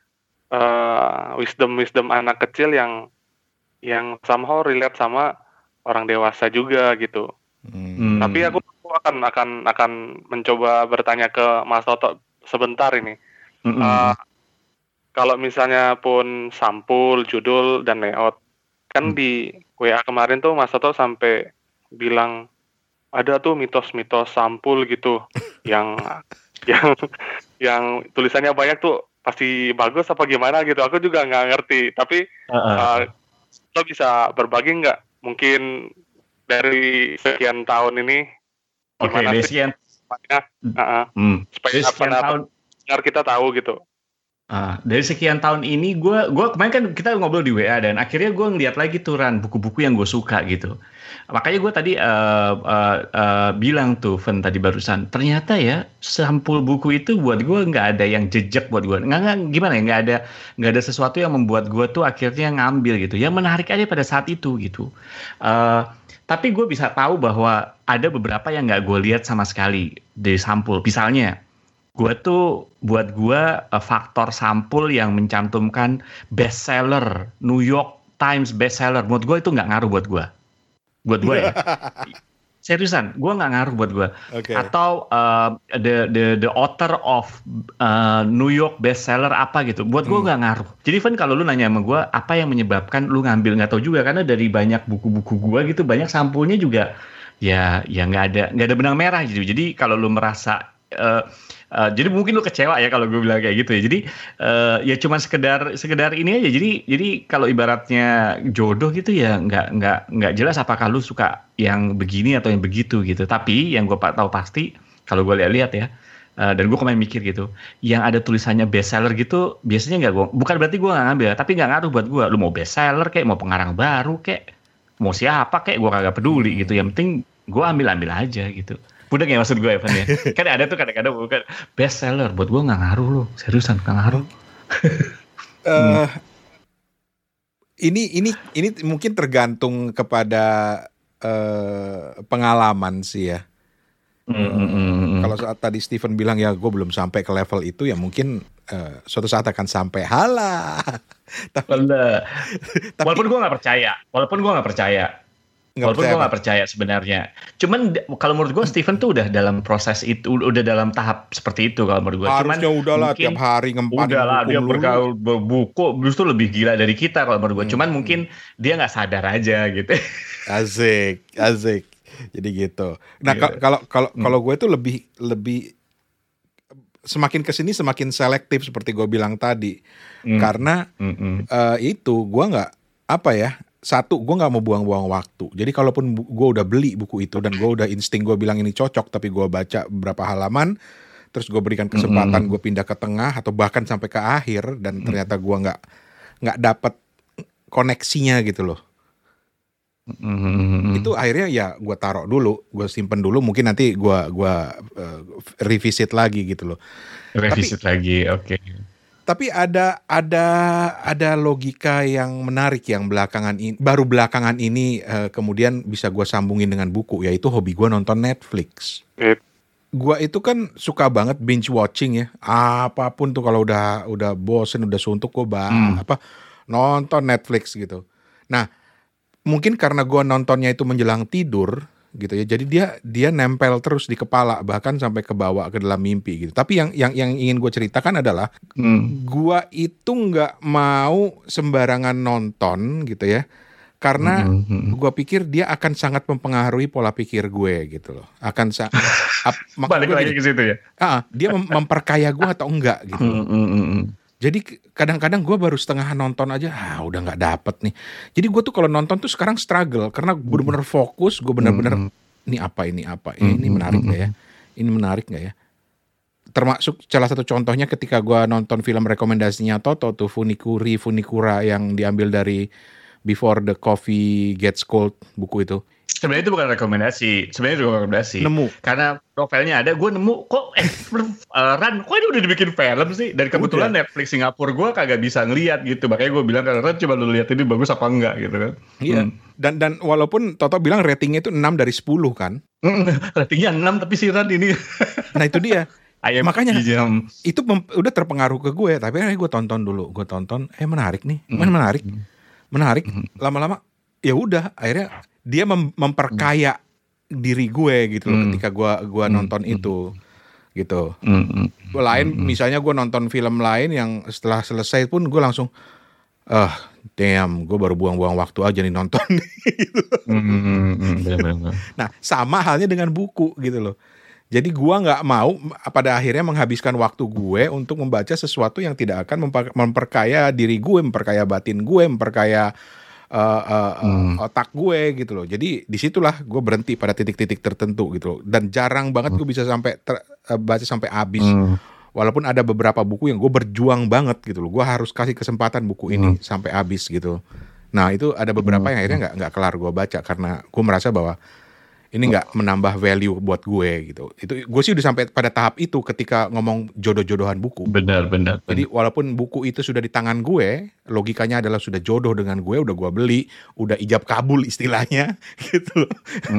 uh, wisdom-wisdom anak kecil yang yang somehow relate sama orang dewasa juga gitu. Hmm. Tapi aku akan akan akan mencoba bertanya ke Mas Toto sebentar ini. Mm-hmm. Uh, kalau misalnya pun sampul, judul dan layout, kan mm. di W A kemarin tuh Mas Toto sampai bilang ada tuh mitos-mitos sampul gitu yang yang yang tulisannya banyak tuh pasti bagus apa gimana gitu. Aku juga nggak ngerti. Tapi uh-uh. uh, lo bisa berbagi nggak? Mungkin dari sekian tahun ini. Oke, okay, dari sekian, uh-uh. hmm. supaya sekian tahun biar kita tahu gitu. Uh, dari sekian tahun ini, gue, gue kemarin kan kita ngobrol di W A dan akhirnya gue ngeliat lagi tuh Ran buku-buku yang gue suka gitu. Makanya gue tadi uh, uh, uh, bilang tuh, Ven tadi barusan, ternyata ya sampul buku itu buat gue nggak ada yang jejak buat gue. Nggak, nggak gimana ya, nggak ada nggak ada sesuatu yang membuat gue tuh akhirnya ngambil gitu. Yang menarik aja pada saat itu gitu. Uh, Tapi gue bisa tahu bahwa ada beberapa yang nggak gue lihat sama sekali dari sampul. Misalnya, gue tuh buat gue uh, faktor sampul yang mencantumkan bestseller, New York Times bestseller. Menurut gue itu nggak ngaruh buat gue. Buat gue ya. Seriusan, gue nggak ngaruh buat gue. Okay. Atau uh, the the the author of uh, New York bestseller apa gitu, buat gue nggak hmm. ngaruh. Jadi Van kalau lu nanya sama gue, apa yang menyebabkan lu ngambil, nggak tahu juga karena dari banyak buku-buku gue gitu, banyak sampulnya juga ya ya nggak ada nggak ada benang merah gitu. Jadi kalau lu merasa uh, Uh, jadi mungkin lu kecewa ya kalau gue bilang kayak gitu ya. Jadi uh, ya cuma sekedar sekedar ini aja. Jadi jadi kalau ibaratnya jodoh gitu ya nggak nggak nggak jelas apakah lu suka yang begini atau yang begitu gitu. Tapi yang gue tahu pasti kalau gue lihat-lihat ya. Uh, dan gue kemarin mikir gitu, yang ada tulisannya bestseller gitu biasanya nggak gue. Bukan berarti gue nggak ngambil, tapi nggak ngaruh buat gue. Lu mau bestseller kayak mau pengarang baru kayak mau siapa kayak gue kagak peduli gitu. Yang penting gue ambil-ambil aja gitu. Udah nggak maksud gue Evan ya? Kan ada tuh kadang-kadang bukan best seller buat gue nggak ngaruh loh, seriusan nggak ngaruh. uh, ini ini ini mungkin tergantung kepada uh, pengalaman sih ya. Mm, mm, mm, mm. Kalau saat tadi Stephen bilang ya gue belum sampai ke level itu ya mungkin uh, suatu saat akan sampai. Halah. Tapi, tapi, walaupun gue nggak percaya, walaupun gue nggak percaya. Nggak Walaupun gue gak percaya sebenarnya. Cuman kalau menurut gue Stephen tuh udah dalam proses itu, udah dalam tahap seperti itu kalau menurut gue. Harusnya udahlah tiap hari ngempanin buku. Udahlah dia bergaul buku, justru lebih gila dari kita kalau menurut gue. Hmm. Cuman mungkin dia gak sadar aja gitu. Asik, asik. Jadi gitu. Nah Iya. kal- kalau kalau Hmm. kalau gue tuh lebih lebih semakin kesini semakin selektif seperti gue bilang tadi, Hmm. karena Mm-mm. eh, itu gue nggak apa ya, satu gue nggak mau buang-buang waktu. Jadi kalaupun bu- gue udah beli buku itu dan gue udah insting gue bilang ini cocok, tapi gue baca beberapa halaman, terus gue berikan kesempatan Mm-mm. gue pindah ke tengah atau bahkan sampai ke akhir dan ternyata gue nggak nggak dapet koneksinya gitu loh. Mm-mm. Itu akhirnya ya gue taruh dulu, gue simpen dulu, mungkin nanti gue gua eh, revisit lagi gitu loh. Revisit lagi, oke. Tapi ada ada ada logika yang menarik yang belakangan ini, baru belakangan ini eh, kemudian bisa gue sambungin dengan buku, yaitu hobi gue nonton Netflix. Yep. Gue itu kan suka banget binge watching ya, apapun tuh kalau udah udah bosen, udah suntuk gue bah Hmm. apa nonton Netflix gitu. Nah mungkin karena gue nontonnya itu menjelang tidur gitu ya, jadi dia dia nempel terus di kepala bahkan sampai ke bawah ke dalam mimpi gitu. Tapi yang yang yang ingin gue ceritakan adalah Hmm. gue itu nggak mau sembarangan nonton gitu ya, karena Mm-mm. gue pikir dia akan sangat mempengaruhi pola pikir gue gitu loh. Akan sa ap- maksud Balik gue lagi gini, ke situ ya. ah, dia mem- memperkaya gue atau enggak gitu loh. Mm-mm. Jadi k- kadang-kadang gue baru setengah nonton aja, ah udah nggak dapet nih. Jadi gue tuh kalau nonton tuh sekarang struggle karena bener-bener fokus, gue bener-bener Mm-mm. ini apa ini apa, ini, ini menarik nggak ya, ini menarik nggak ya. Termasuk salah satu contohnya ketika gue nonton film rekomendasinya Toto tuh Funikuri Funikura yang diambil dari Before the Coffee Gets Cold, buku itu. Sebenarnya itu bukan rekomendasi, sebenarnya itu bukan rekomendasi. Nemu. Karena novelnya ada, gue nemu kok eh uh, Ran, kok ini udah dibikin film sih? Dan kebetulan Udah. Netflix Singapura gue kagak bisa ngeliat gitu, makanya gue bilang kan Ran coba lu lihat ini bagus apa enggak gitu kan? Iya. Hmm. Dan dan walaupun Toto bilang ratingnya itu enam dari sepuluh kan. Ratingnya enam tapi si Ran ini Nah itu dia. ayam Makanya. jam. Itu mem- udah terpengaruh ke gue, tapi akhirnya gue tonton dulu, gue tonton, eh menarik nih, Hmm. men menarik, menarik. Lama-lama, ya udah, akhirnya dia mem- memperkaya diri gue gitu loh, Hmm. ketika gue gua Hmm. nonton itu, gitu. Mm-mm. Lain, Hmm. misalnya gue nonton film lain yang setelah selesai pun gue langsung, ah, damn, gue baru buang-buang waktu aja nih nonton. Mm-mm. Benar-benar. Nah, sama halnya dengan buku gitu loh. Jadi gua nggak mau pada akhirnya menghabiskan waktu gue untuk membaca sesuatu yang tidak akan memper- memperkaya diri gue, memperkaya batin gue, memperkaya uh, uh, uh, Hmm. otak gue gitu loh. Jadi disitulah gue berhenti pada titik-titik tertentu gitu loh. Dan jarang banget gue bisa sampai ter- uh, baca sampai habis. Hmm. Walaupun ada beberapa buku yang gue berjuang banget gitu loh. Gue harus kasih kesempatan buku ini sampai habis gitu. Nah itu ada beberapa yang akhirnya nggak nggak kelar gue baca karena gue merasa bahwa ini nggak menambah value buat gue gitu. Itu gue sih udah sampai pada tahap itu ketika ngomong jodoh-jodohan buku. Benar, benar. Jadi walaupun buku itu sudah di tangan gue, logikanya adalah sudah jodoh dengan gue, udah gue beli, udah ijab kabul istilahnya gitu loh.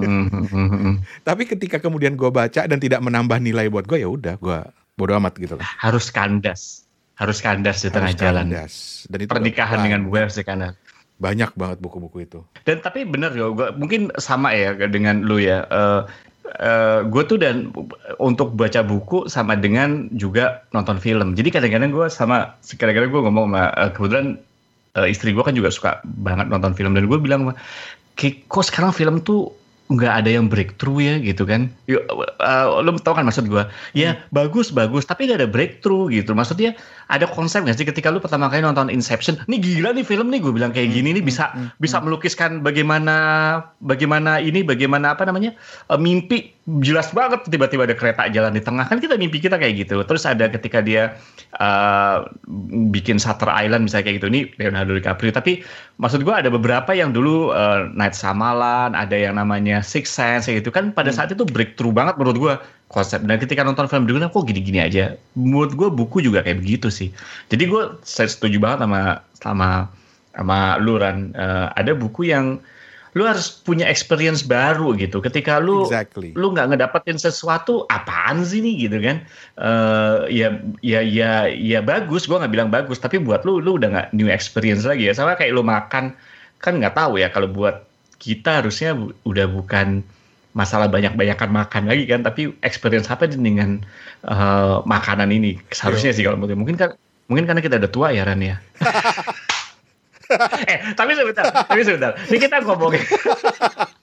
Mm-mm. Tapi ketika kemudian gue baca dan tidak menambah nilai buat gue, ya udah gue bodo amat gitu loh. Harus kandas, harus kandas di tengah Harus jalan. kandas. Dan itu Pernikahan banyak, dengan gue harus kandas. banyak banget buku-buku itu. Dan tapi bener ya, gua mungkin sama ya dengan lu ya. Uh, uh, gue tuh dan untuk baca buku sama dengan juga nonton film. Jadi kadang-kadang gue sama, kadang-kadang gue ngomong sama uh, kebetulan uh, istri gue kan juga suka banget nonton film dan gue bilang, "Kayak kok sekarang film tuh nggak ada yang breakthrough ya gitu kan?" Yuk, uh, lo tau kan maksud gue? Ya hmm. bagus bagus, tapi nggak ada breakthrough gitu. Maksudnya ada konsep nggak sih ketika lu pertama kali nonton Inception? Nih gila nih film nih, gue bilang kayak gini nih bisa hmm. bisa melukiskan bagaimana bagaimana ini bagaimana apa namanya uh, mimpi jelas banget tiba-tiba ada kereta jalan di tengah kan kita mimpi kita kayak gitu. Terus ada ketika dia uh, bikin Shutter Island misalnya kayak gitu, ini Leonardo DiCaprio. Tapi maksud gue ada beberapa yang dulu uh, Night Shyamalan, ada yang namanya Sixth Sense gitu kan pada saat itu breakthrough banget menurut gue konsep. Dan ketika nonton film dulu kok gini-gini aja. Menurut gue buku juga kayak begitu sih. Jadi gue saya setuju banget sama sama sama lu Ran. Uh, ada buku yang lu harus punya experience baru gitu. Ketika lu Exactly. lu nggak ngedapetin sesuatu, apaan sih nih gitu kan? Uh, ya ya ya ya bagus. Gue nggak bilang bagus, tapi buat lu lu udah nggak new experience lagi ya. Sama kayak lu makan kan nggak tahu ya kalau buat kita harusnya bu- udah bukan masalah banyak-banyakan makan lagi kan, tapi experience apa dengan uh, makanan ini seharusnya sih kalau menurut mungkin kan mungkin karena kita udah tua ya Ran ya. eh tapi sebentar, tapi sebentar. Ini kita ngomongin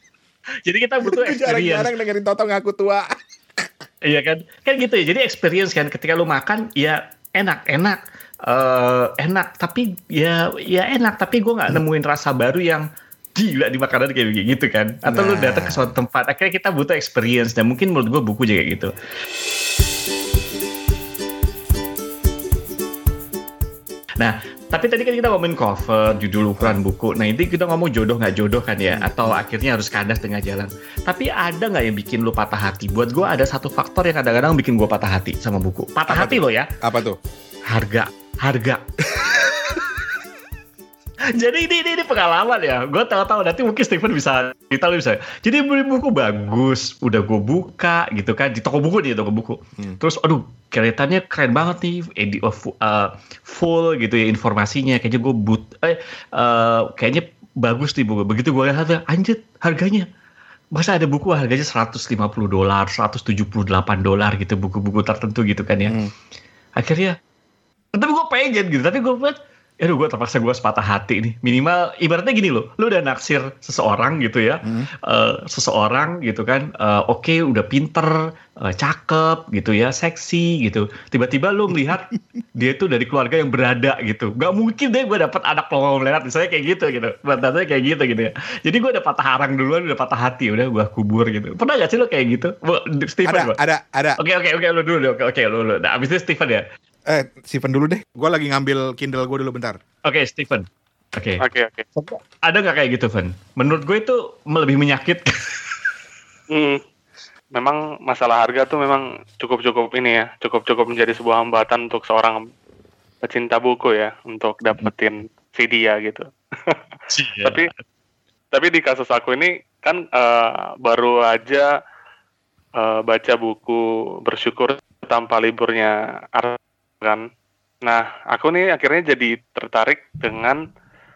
Jadi kita butuh Gue experience. jarang-jarang dengerin Toto ngaku tua. Iya kan, kan gitu ya. Jadi experience kan, ketika lu makan ya enak, enak, uh, enak. Tapi ya, ya enak. Tapi gue nggak nemuin rasa baru yang gila di makanan kayak gitu kan. Atau nah. lu datang ke suatu tempat, akhirnya kita butuh experience. Dan mungkin menurut gue buku juga gitu. Nah, tapi tadi kan kita ngomongin cover, judul, ukuran buku. Nah, ini kita ngomong jodoh nggak jodoh kan ya, atau akhirnya harus kandas tengah jalan. Tapi ada nggak yang bikin lu patah hati? Buat gue ada satu faktor yang kadang-kadang bikin gue patah hati sama buku. Patah Apa hati tuh? Lo ya. Apa tuh? Harga, harga. Jadi ini, ini ini pengalaman ya. Gue tahu-tahu nanti mungkin Stephen bisa cerita lu bisa. Jadi beli buku bagus, udah gue buka gitu kan di toko buku nih, toko buku. Hmm. Terus aduh, kelihatannya keren banget nih, edit uh, full gitu ya informasinya. Kayaknya gue but eh uh, kayaknya bagus nih buku. Begitu gue lihat anjir harganya. Masa ada buku harganya seratus lima puluh dolar, seratus tujuh puluh delapan dolar gitu, buku-buku tertentu gitu kan ya. Hmm. Akhirnya tapi gue pengen gitu, tapi gue buat aduh gue terpaksa gue sepatah hati nih. Minimal ibaratnya gini loh, lu udah naksir seseorang gitu ya, hmm. uh, seseorang gitu kan, uh, oke okay, udah pinter, uh, cakep gitu ya, seksi gitu. Tiba-tiba lu ngelihat dia tuh dari keluarga yang berada gitu. Gak mungkin deh gue dapet anak pelongo melerat, misalnya kayak gitu gitu. Batanya kayak gitu gitu ya. Jadi gue udah patah harang duluan, udah patah hati, udah gue kubur gitu. Pernah gak sih lo kayak gitu? Stephen ada, ada, ada. Oke oke oke lu dulu, oke oke lu lu. Nah, abis itu Stephen ya. Eh, Stephen dulu deh. Gue lagi ngambil Kindle gue dulu bentar. Oke, okay, Stephen. Oke. Okay. Oke, okay, oke. Okay. Ada nggak kayak gitu, Van? Menurut gue itu lebih menyakitkan. hmm, memang masalah harga tuh memang cukup-cukup ini ya, cukup-cukup menjadi sebuah hambatan untuk seorang pecinta buku ya, untuk dapetin C D ya gitu. Yeah. tapi, tapi di kasus aku ini kan uh, baru aja uh, baca buku Bersyukur Tanpa Liburnya kan. Nah, aku nih akhirnya jadi tertarik dengan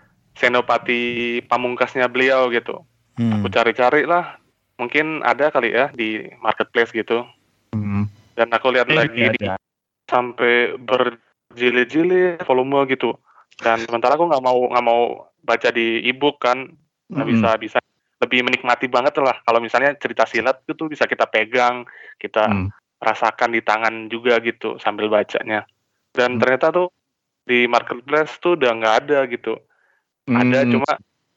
Senopati Pamungkasnya beliau gitu. Hmm. Aku cari-cari lah, mungkin ada kali ya di marketplace gitu. Hmm. Dan aku lihat eh, lagi di, sampai berjilid-jilid volume gitu. Dan sementara aku nggak mau nggak mau baca di e-book kan, nggak hmm. bisa bisa lebih menikmati banget lah. Kalau misalnya cerita silat itu bisa kita pegang, kita hmm. rasakan di tangan juga gitu sambil bacanya. Dan hmm. ternyata tuh di marketplace tuh udah nggak ada gitu. Hmm. Ada cuma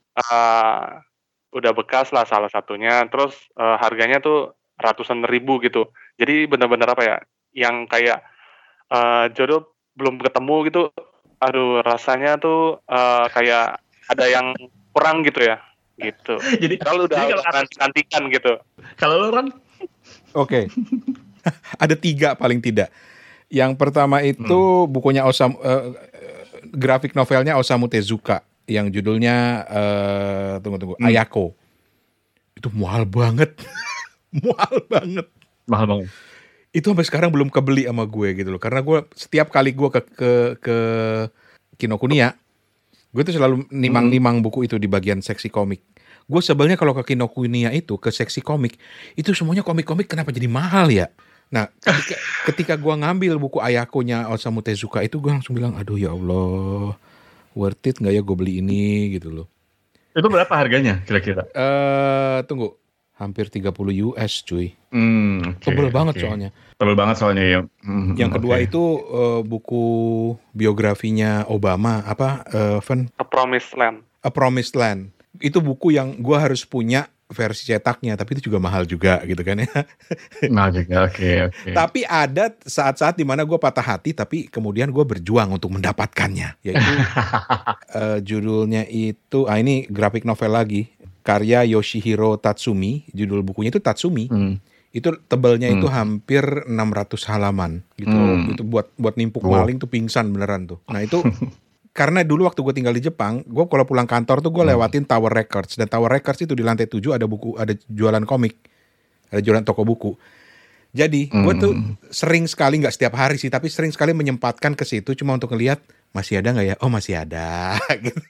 uh, udah bekas lah salah satunya. Terus uh, harganya tuh ratusan ribu gitu. Jadi benar-benar apa ya? Yang kayak uh, jodoh belum ketemu gitu. Aduh rasanya tuh uh, kayak ada yang kurang gitu ya. Gitu. Jadi kalau udah cantikan gitu. Kalau lu kan? Oke. Ada tiga paling tidak. Yang pertama itu hmm. bukunya Osamu, uh, grafik novelnya Osamu Tezuka yang judulnya uh, tunggu tunggu hmm. Ayako. Itu mahal banget, mahal banget, mahal banget. Itu sampai sekarang belum kebeli sama gue gitu loh. Karena gue setiap kali gue ke ke ke Kinokuniya, gue tuh selalu nimang-nimang hmm. buku itu di bagian seksi komik. Gue sebelnya kalau ke Kinokuniya itu ke seksi komik itu semuanya komik-komik kenapa jadi mahal ya? Nah, ketika, ketika gue ngambil buku Ayakonya Osamu Tezuka itu gue langsung bilang, aduh ya Allah, worth it nggak ya gue beli ini gitu loh. Itu berapa harganya kira-kira? Eh, uh, tunggu, hampir tiga puluh U S cuy. Hmm, okay, tebel banget okay. soalnya. Tebel banget soalnya ya. Mm, Yang kedua okay. itu uh, buku biografinya Obama apa, uh, Van? A Promised Land. A Promised Land. Itu buku yang gue harus punya versi cetaknya, tapi itu juga mahal juga gitu kan ya. Mahal juga, oke okay, oke. Okay. Tapi ada saat-saat dimana gue patah hati, tapi kemudian gue berjuang untuk mendapatkannya. Yaitu uh, judulnya itu, ah ini grafik novel lagi, karya Yoshihiro Tatsumi, judul bukunya itu Tatsumi. Hmm. Itu tebelnya hmm. itu hampir enam ratus halaman gitu. Hmm. Itu buat buat nimpuk oh. maling tuh pingsan beneran tuh. Nah itu karena dulu waktu gue tinggal di Jepang, gue kalau pulang kantor tuh gue lewatin Tower Records. Dan Tower Records itu di lantai tujuh ada buku, ada jualan komik, ada jualan toko buku. Jadi mm. gue tuh sering sekali, nggak setiap hari sih, tapi sering sekali menyempatkan ke situ cuma untuk ngelihat masih ada nggak ya? Oh masih ada. Gitu.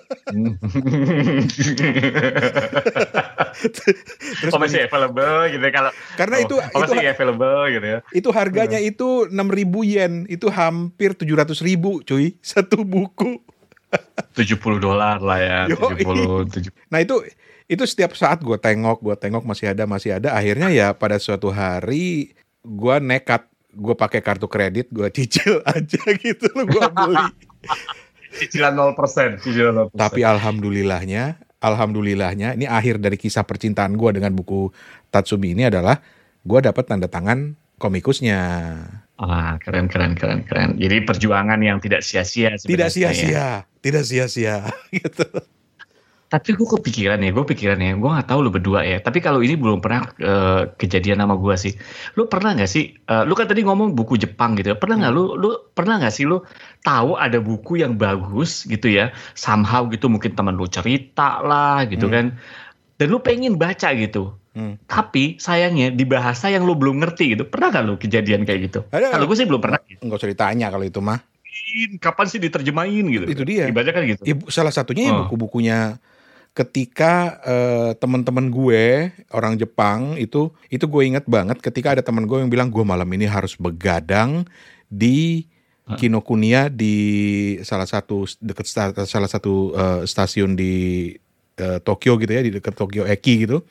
Terus oh masih available gitu kalau. Karena oh, itu oh, itu masih available gitu ya. Itu harganya hmm. itu enam ribu yen, itu hampir tujuh ratus ribu cuy satu buku. tujuh puluh dolar lah ya. tujuh puluh, tujuh puluh. Nah itu Itu setiap saat gue tengok, gue tengok masih ada, masih ada. Akhirnya ya pada suatu hari gue nekat, gue pakai kartu kredit, gue cicil aja gitu loh, gue beli. Cicilan nol persen, cicilan nol persen. Tapi alhamdulillahnya, alhamdulillahnya ini akhir dari kisah percintaan gue dengan buku Tatsumi ini adalah gue dapat tanda tangan komikusnya. Ah, keren, keren, keren, keren. Jadi perjuangan yang tidak sia-sia. Tidak sia-sia, ya. tidak sia-sia gitu. Tapi gue kepikiran ya, gue pikiran ya, gue nggak tahu lu berdua ya. Tapi kalau ini belum pernah uh, kejadian sama gue sih. Lu pernah nggak sih? Uh, lu kan tadi ngomong buku Jepang gitu. Pernah nggak hmm. lu? Lu pernah nggak sih lu tahu ada buku yang bagus gitu ya? Somehow gitu mungkin teman lu cerita lah gitu hmm. kan. Dan lu pengen baca gitu. Hmm. Tapi sayangnya di bahasa yang lu belum ngerti gitu. Pernah nggak lu kejadian kayak gitu? Kalau gue sih belum pernah. Enggak usah ditanya kalau itu mah. Kapan sih diterjemahin gitu? Itu dia. Dibacakan gitu. Ya, salah satunya oh. ya buku-bukunya. Ketika uh, teman-teman gue orang Jepang itu itu gue inget banget ketika ada teman gue yang bilang gue malam ini harus begadang di Kinokuniya di salah satu dekat sta, salah satu uh, stasiun di uh, Tokyo gitu ya, di dekat Tokyo Eki gitu,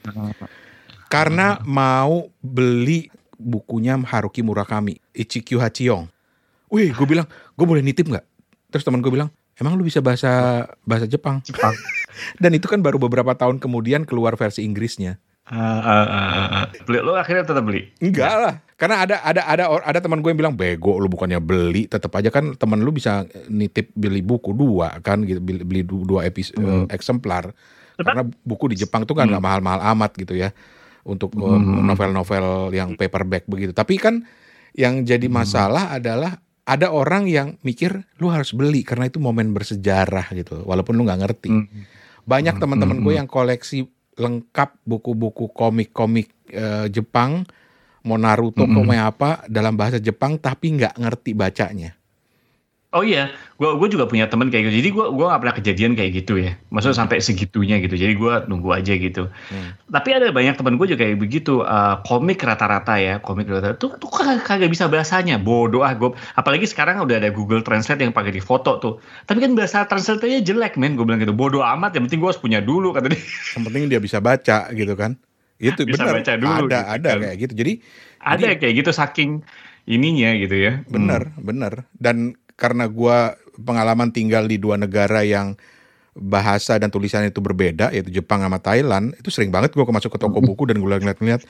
karena mau beli bukunya Haruki Murakami, Ichikyu Hachiyong. Wih, gue bilang gue boleh nitip nggak? Terus teman gue bilang, emang lu bisa bahasa bahasa Jepang? Jepang. Dan itu kan baru beberapa tahun kemudian keluar versi Inggrisnya. Uh, uh, uh, uh. Beli, lu akhirnya tetap beli? Enggak lah, karena ada ada ada ada teman gue yang bilang bego lu bukannya beli, tetap aja kan teman lu bisa nitip beli buku dua kan gitu, beli, beli dua episode hmm. eksemplar. Karena buku di Jepang tuh kan nggak hmm. mahal-mahal amat gitu ya untuk hmm. novel-novel yang paperback begitu. Tapi kan yang jadi masalah hmm. adalah ada orang yang mikir lu harus beli karena itu momen bersejarah gitu, walaupun lu nggak ngerti. Hmm. Banyak hmm. teman-teman hmm. gue yang koleksi lengkap buku-buku komik-komik uh, Jepang, mau Naruto, hmm. komik apa dalam bahasa Jepang tapi nggak ngerti bacanya. Oh iya, gue gue juga punya temen kayak gitu. Jadi gue gue nggak pernah kejadian kayak gitu ya. Maksudnya hmm. sampai segitunya gitu. Jadi gue nunggu aja gitu. Hmm. Tapi ada banyak temen gue juga kayak begitu. Uh, komik rata-rata ya, komik rata-rata tuh tuh kagak, kagak bisa bahasanya. Bodoh ah gue. Apalagi sekarang udah ada Google Translate yang pakai di foto tuh. Tapi kan bahasa translate-nya jelek men. Gue bilang gitu. Bodoh amat. Yang penting gue harus punya dulu kata dia. Yang penting dia bisa baca gitu kan. Itu bisa benar. Baca dulu, ada gitu, ada kan. kayak gitu. Jadi ada jadi, kayak gitu saking ininya gitu ya. Bener hmm. bener. Dan karena gue pengalaman tinggal di dua negara yang bahasa dan tulisan itu berbeda, yaitu Jepang sama Thailand, itu sering banget gue masuk ke toko buku dan gue ngeliat-ngeliat,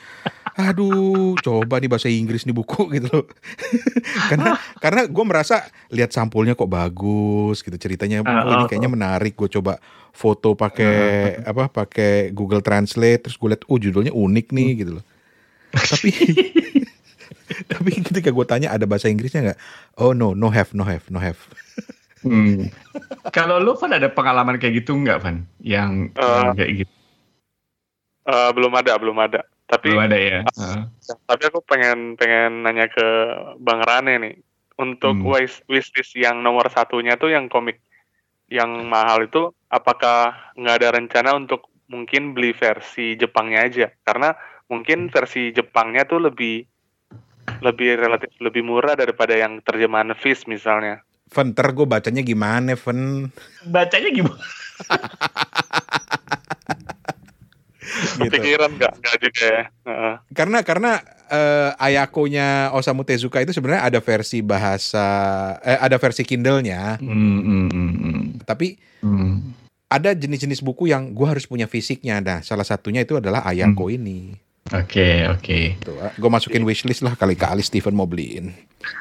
aduh, coba nih bahasa Inggris nih buku gitu loh. karena karena gue merasa lihat sampulnya kok bagus gitu, ceritanya oh, ini kayaknya menarik, gue coba foto pakai apa pakai Google Translate, terus gue lihat, oh judulnya unik nih gitu loh. Tapi tapi ketika gue tanya ada bahasa Inggrisnya nggak? Oh no, no have, no have, no have. Hmm. Kalau lu Van ada pengalaman kayak gitu nggak Van? Yang uh, kayak gitu? Uh, belum ada, belum ada. Tapi belum ada ya. Uh. Tapi aku pengen pengen nanya ke Bang Rane nih. Untuk hmm. wish wishlist yang nomor satunya tuh yang komik yang mahal itu, apakah nggak ada rencana untuk mungkin beli versi Jepangnya aja? Karena mungkin versi Jepangnya tuh lebih lebih relatif lebih murah daripada yang terjemahan Viz misalnya. Ven, ntar gue bacanya gimana, Ven? Bacanya gimana? gitu. Kepikiran nggak? Nggak juga ya. Uh. Karena karena uh, Ayako-nya Osamu Tezuka itu sebenarnya ada versi bahasa, eh, ada versi Kindle-nya. Mm, mm, mm, mm. Tapi mm. ada jenis-jenis buku yang gue harus punya fisiknya. Nah, salah satunya itu adalah Ayako mm. ini. Oke, okay, oke. Okay. Gue masukin wishlist lah, kali-kali Steven mau beliin.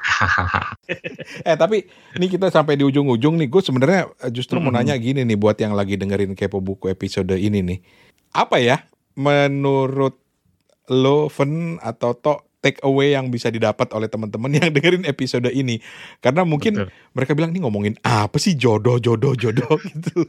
eh tapi ini kita sampai di ujung-ujung nih. Gue sebenarnya justru mm-hmm. mau nanya gini nih buat yang lagi dengerin Kepo Buku episode ini nih. Apa ya menurut lo, Ven atau Tok, take away yang bisa didapat oleh teman-teman yang dengerin episode ini? Karena mungkin Betul. mereka bilang nih ngomongin apa sih jodoh, jodoh, jodoh gitu.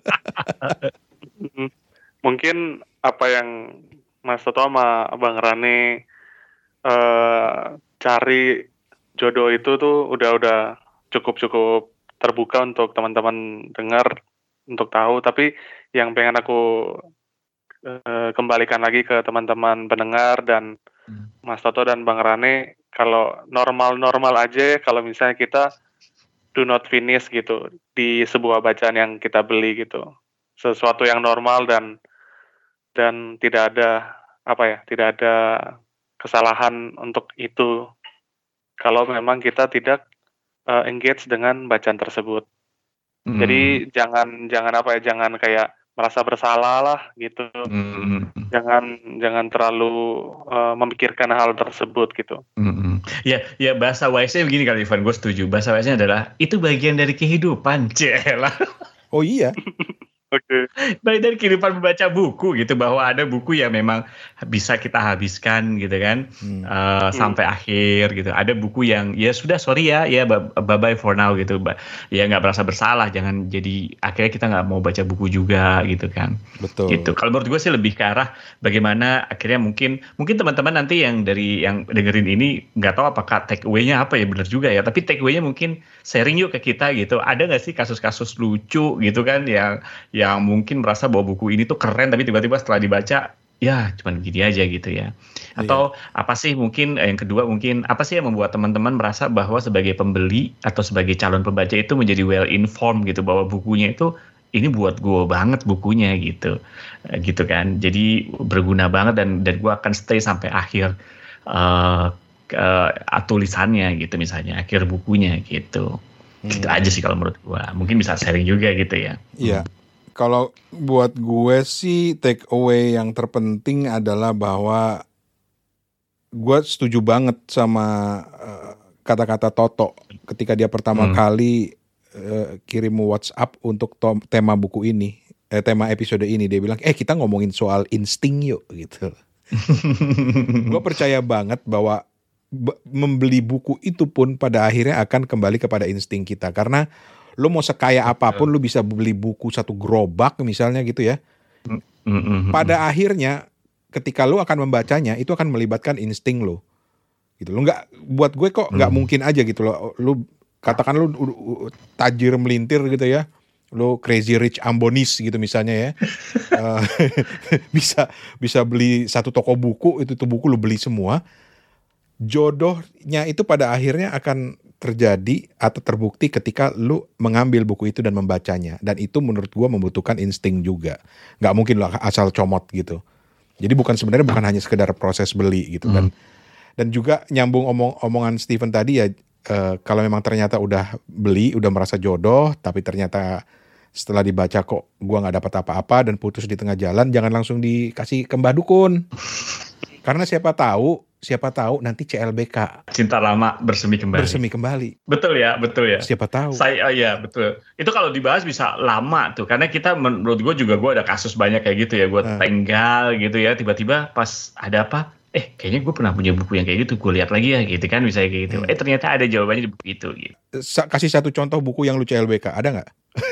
Mungkin apa yang Mas Toto sama Bang Rane uh, cari jodoh itu tuh udah-udah cukup-cukup terbuka untuk teman-teman dengar, untuk tahu. Tapi yang pengen aku uh, kembalikan lagi ke teman-teman pendengar dan hmm. Mas Toto dan Bang Rane, kalau normal-normal aja, kalau misalnya kita do not finish gitu di sebuah bacaan yang kita beli gitu. Sesuatu yang normal dan dan tidak ada apa ya, tidak ada kesalahan untuk itu kalau memang kita tidak uh, engage dengan bacaan tersebut. Hmm. Jadi jangan jangan apa ya, jangan kayak merasa bersalah lah gitu. Hmm. Jangan jangan terlalu uh, memikirkan hal tersebut gitu. Hmm. Ya ya bahasa wise-nya begini kali Ivan, gue setuju. Bahasa wise-nya adalah itu bagian dari kehidupan, celah. Oh iya. Oke. Okay. Baik dari kehidupan membaca buku gitu, bahwa ada buku yang memang bisa kita habiskan gitu kan, hmm. uh, hmm. sampai akhir gitu. Ada buku yang ya sudah sorry ya, ya bye bye for now gitu. Ya nggak merasa bersalah, jangan jadi akhirnya kita nggak mau baca buku juga gitu kan. Betul. Gitu. Kalau menurut gue sih lebih ke arah bagaimana akhirnya mungkin mungkin teman-teman nanti yang dari yang dengerin ini nggak tahu apakah take away-nya apa ya, benar juga ya. Tapi take away-nya mungkin sharing yuk ke kita gitu. Ada nggak sih kasus-kasus lucu gitu kan yang yang mungkin merasa bahwa buku ini tuh keren tapi tiba-tiba setelah dibaca ya cuman gini aja gitu ya. Atau iya. apa sih mungkin yang kedua mungkin apa sih yang membuat teman-teman merasa bahwa sebagai pembeli atau sebagai calon pembaca itu menjadi well informed gitu, bahwa bukunya itu ini buat gue banget bukunya gitu. Gitu kan. Jadi berguna banget dan dan gue akan stay sampai akhir uh, uh, tulisannya gitu misalnya, akhir bukunya gitu. Hmm. Gitu aja sih kalau menurut gue. Mungkin bisa sharing juga gitu ya. Iya. Hmm. Kalau buat gue sih take away yang terpenting adalah bahwa gue setuju banget sama uh, kata-kata Toto ketika dia pertama hmm. kali uh, kirim WhatsApp untuk to- tema buku ini, eh, tema episode ini. Dia bilang, eh kita ngomongin soal insting yuk gitu. Gue percaya banget bahwa b- membeli buku itu pun pada akhirnya akan kembali kepada insting kita. Karena lu mau sekaya apapun, lu bisa beli buku satu gerobak misalnya gitu ya. Mm-hmm. Pada akhirnya, ketika lu akan membacanya, itu akan melibatkan insting lu. Gitu. Lu nggak, buat gue kok nggak mm. mungkin aja gitu loh. Lu katakan lu uh, uh, tajir melintir gitu ya, lu crazy rich Ambonis gitu misalnya ya, uh, bisa bisa beli satu toko buku, itu tuh buku lu beli semua. Jodohnya itu pada akhirnya akan terjadi atau terbukti ketika lu mengambil buku itu dan membacanya. Dan itu menurut gua membutuhkan insting juga. Gak mungkin lu asal comot gitu. Jadi bukan sebenarnya bukan hanya sekedar proses beli gitu. Dan hmm. dan juga nyambung omong omongan Steven tadi ya, uh, kalau memang ternyata udah beli, udah merasa jodoh, tapi ternyata setelah dibaca kok gua gak dapat apa-apa dan putus di tengah jalan, jangan langsung dikasih ke Mbah Dukun. Karena siapa tahu, siapa tahu nanti C L B K. Cinta lama bersemi kembali. Bersemi kembali. Betul ya, betul ya. Siapa tahu. Saya, oh ya betul. Itu kalau dibahas bisa lama tuh. Karena kita, menurut gue juga, gue ada kasus banyak kayak gitu ya. Gue hmm. tenggal gitu ya. Tiba-tiba pas ada apa, eh kayaknya gue pernah punya buku yang kayak gitu. Gue lihat lagi ya gitu kan, misalnya kayak gitu. Hmm. Eh ternyata ada jawabannya di buku itu. Gitu. Kasih satu contoh buku yang lu C L B K, ada nggak?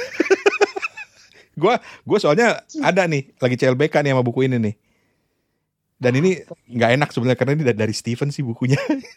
Gue gue soalnya ada nih, lagi C L B K nih sama buku ini nih. Dan ini nggak enak sebenarnya karena ini dari Steven sih bukunya.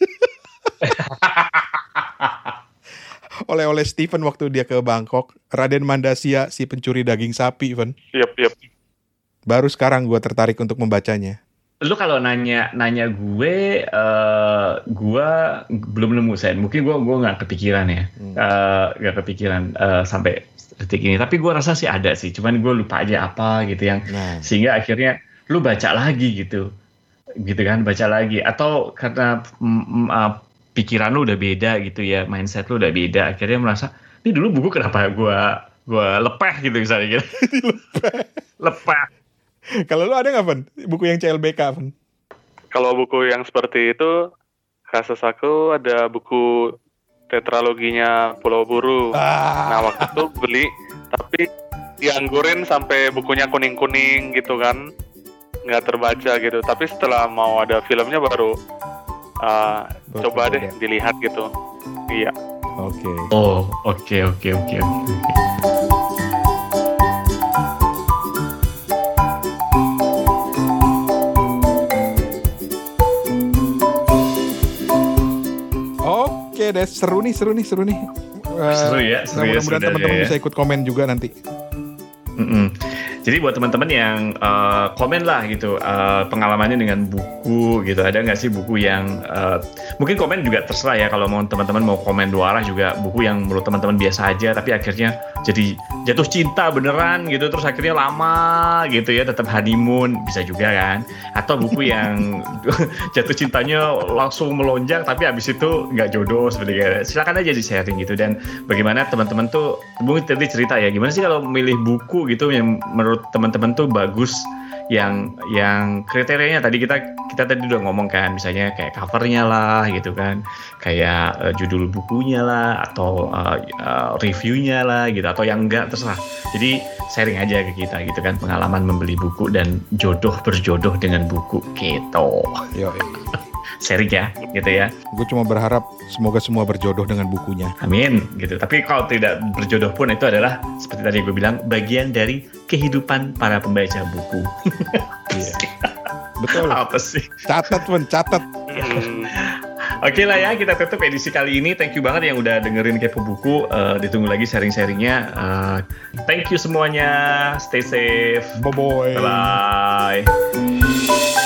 Oleh-oleh Steven waktu dia ke Bangkok, Raden Mandasya si pencuri daging sapi, Van. Yep, yep. Baru sekarang gue tertarik untuk membacanya. Lu kalau nanya nanya gue, uh, gue belum nemu Sen. Mungkin gue gue nggak kepikiran ya, nggak hmm. uh, kepikiran uh, sampai detik ini. Tapi gue rasa sih ada sih. Cuman gue lupa aja apa gitu yang nah. Sehingga akhirnya lu baca lagi gitu, gitu kan, baca lagi. Atau karena mm, uh, pikiran lu udah beda gitu ya, mindset lu udah beda, akhirnya merasa, ini dulu buku kenapa gue gue lepeh gitu misalnya gitu. lepeh. lepeh. Kalau lu ada nggak, Van? Buku yang C L B K, Van? Kalau buku yang seperti itu, kasus aku ada buku tetraloginya Pulau Buru. Ah. Nah waktu itu beli, tapi dianggurin sampai bukunya kuning-kuning gitu kan. Nggak terbaca gitu, tapi setelah mau ada filmnya baru uh, coba deh ya. Dilihat gitu. Iya. Oke. Okay. Oh, oke oke oke oke. Oke deh, seru nih, seru nih, seru nih. Uh, seru ya, seru ya. Mudah-mudahan teman-teman ya. Bisa ikut komen juga nanti. Mm-mm. Jadi buat teman-teman yang uh, komen lah gitu uh, pengalamannya dengan buku gitu, ada nggak sih buku yang uh, mungkin komen juga terserah ya, kalau mau teman-teman mau komen dua arah juga, buku yang menurut teman-teman biasa aja tapi akhirnya jadi jatuh cinta beneran gitu, terus akhirnya lama gitu ya, tetap honeymoon, bisa juga kan. Atau buku yang jatuh cintanya langsung melonjak tapi habis itu nggak jodoh seperti itu. Silakan aja di sharing gitu. Dan bagaimana teman-teman tuh, mungkin tadi cerita ya, gimana sih kalau milih buku gitu yang menurut teman-teman tuh bagus, yang yang kriterianya tadi kita kita tadi udah ngomong kan, misalnya kayak covernya lah gitu kan, kayak uh, judul bukunya lah, atau uh, uh, reviewnya lah gitu, atau yang enggak, terserah. Jadi sharing aja ke kita gitu kan, pengalaman membeli buku dan jodoh berjodoh dengan buku gitu. Yo, sharing ya gitu ya. Gue cuma berharap semoga semua berjodoh dengan bukunya. Amin gitu. Tapi kalau tidak berjodoh pun itu adalah seperti tadi gue bilang, bagian dari kehidupan para pembaca buku. Iya. Betul. Apa sih? Catat pun, catat. Hmm. Oke lah ya, kita tutup edisi kali ini. Thank you banget yang udah dengerin Kepo Buku. Uh, ditunggu lagi sharing-sharingnya. Uh, thank you semuanya. Stay safe. Bye-bye. Bye-bye.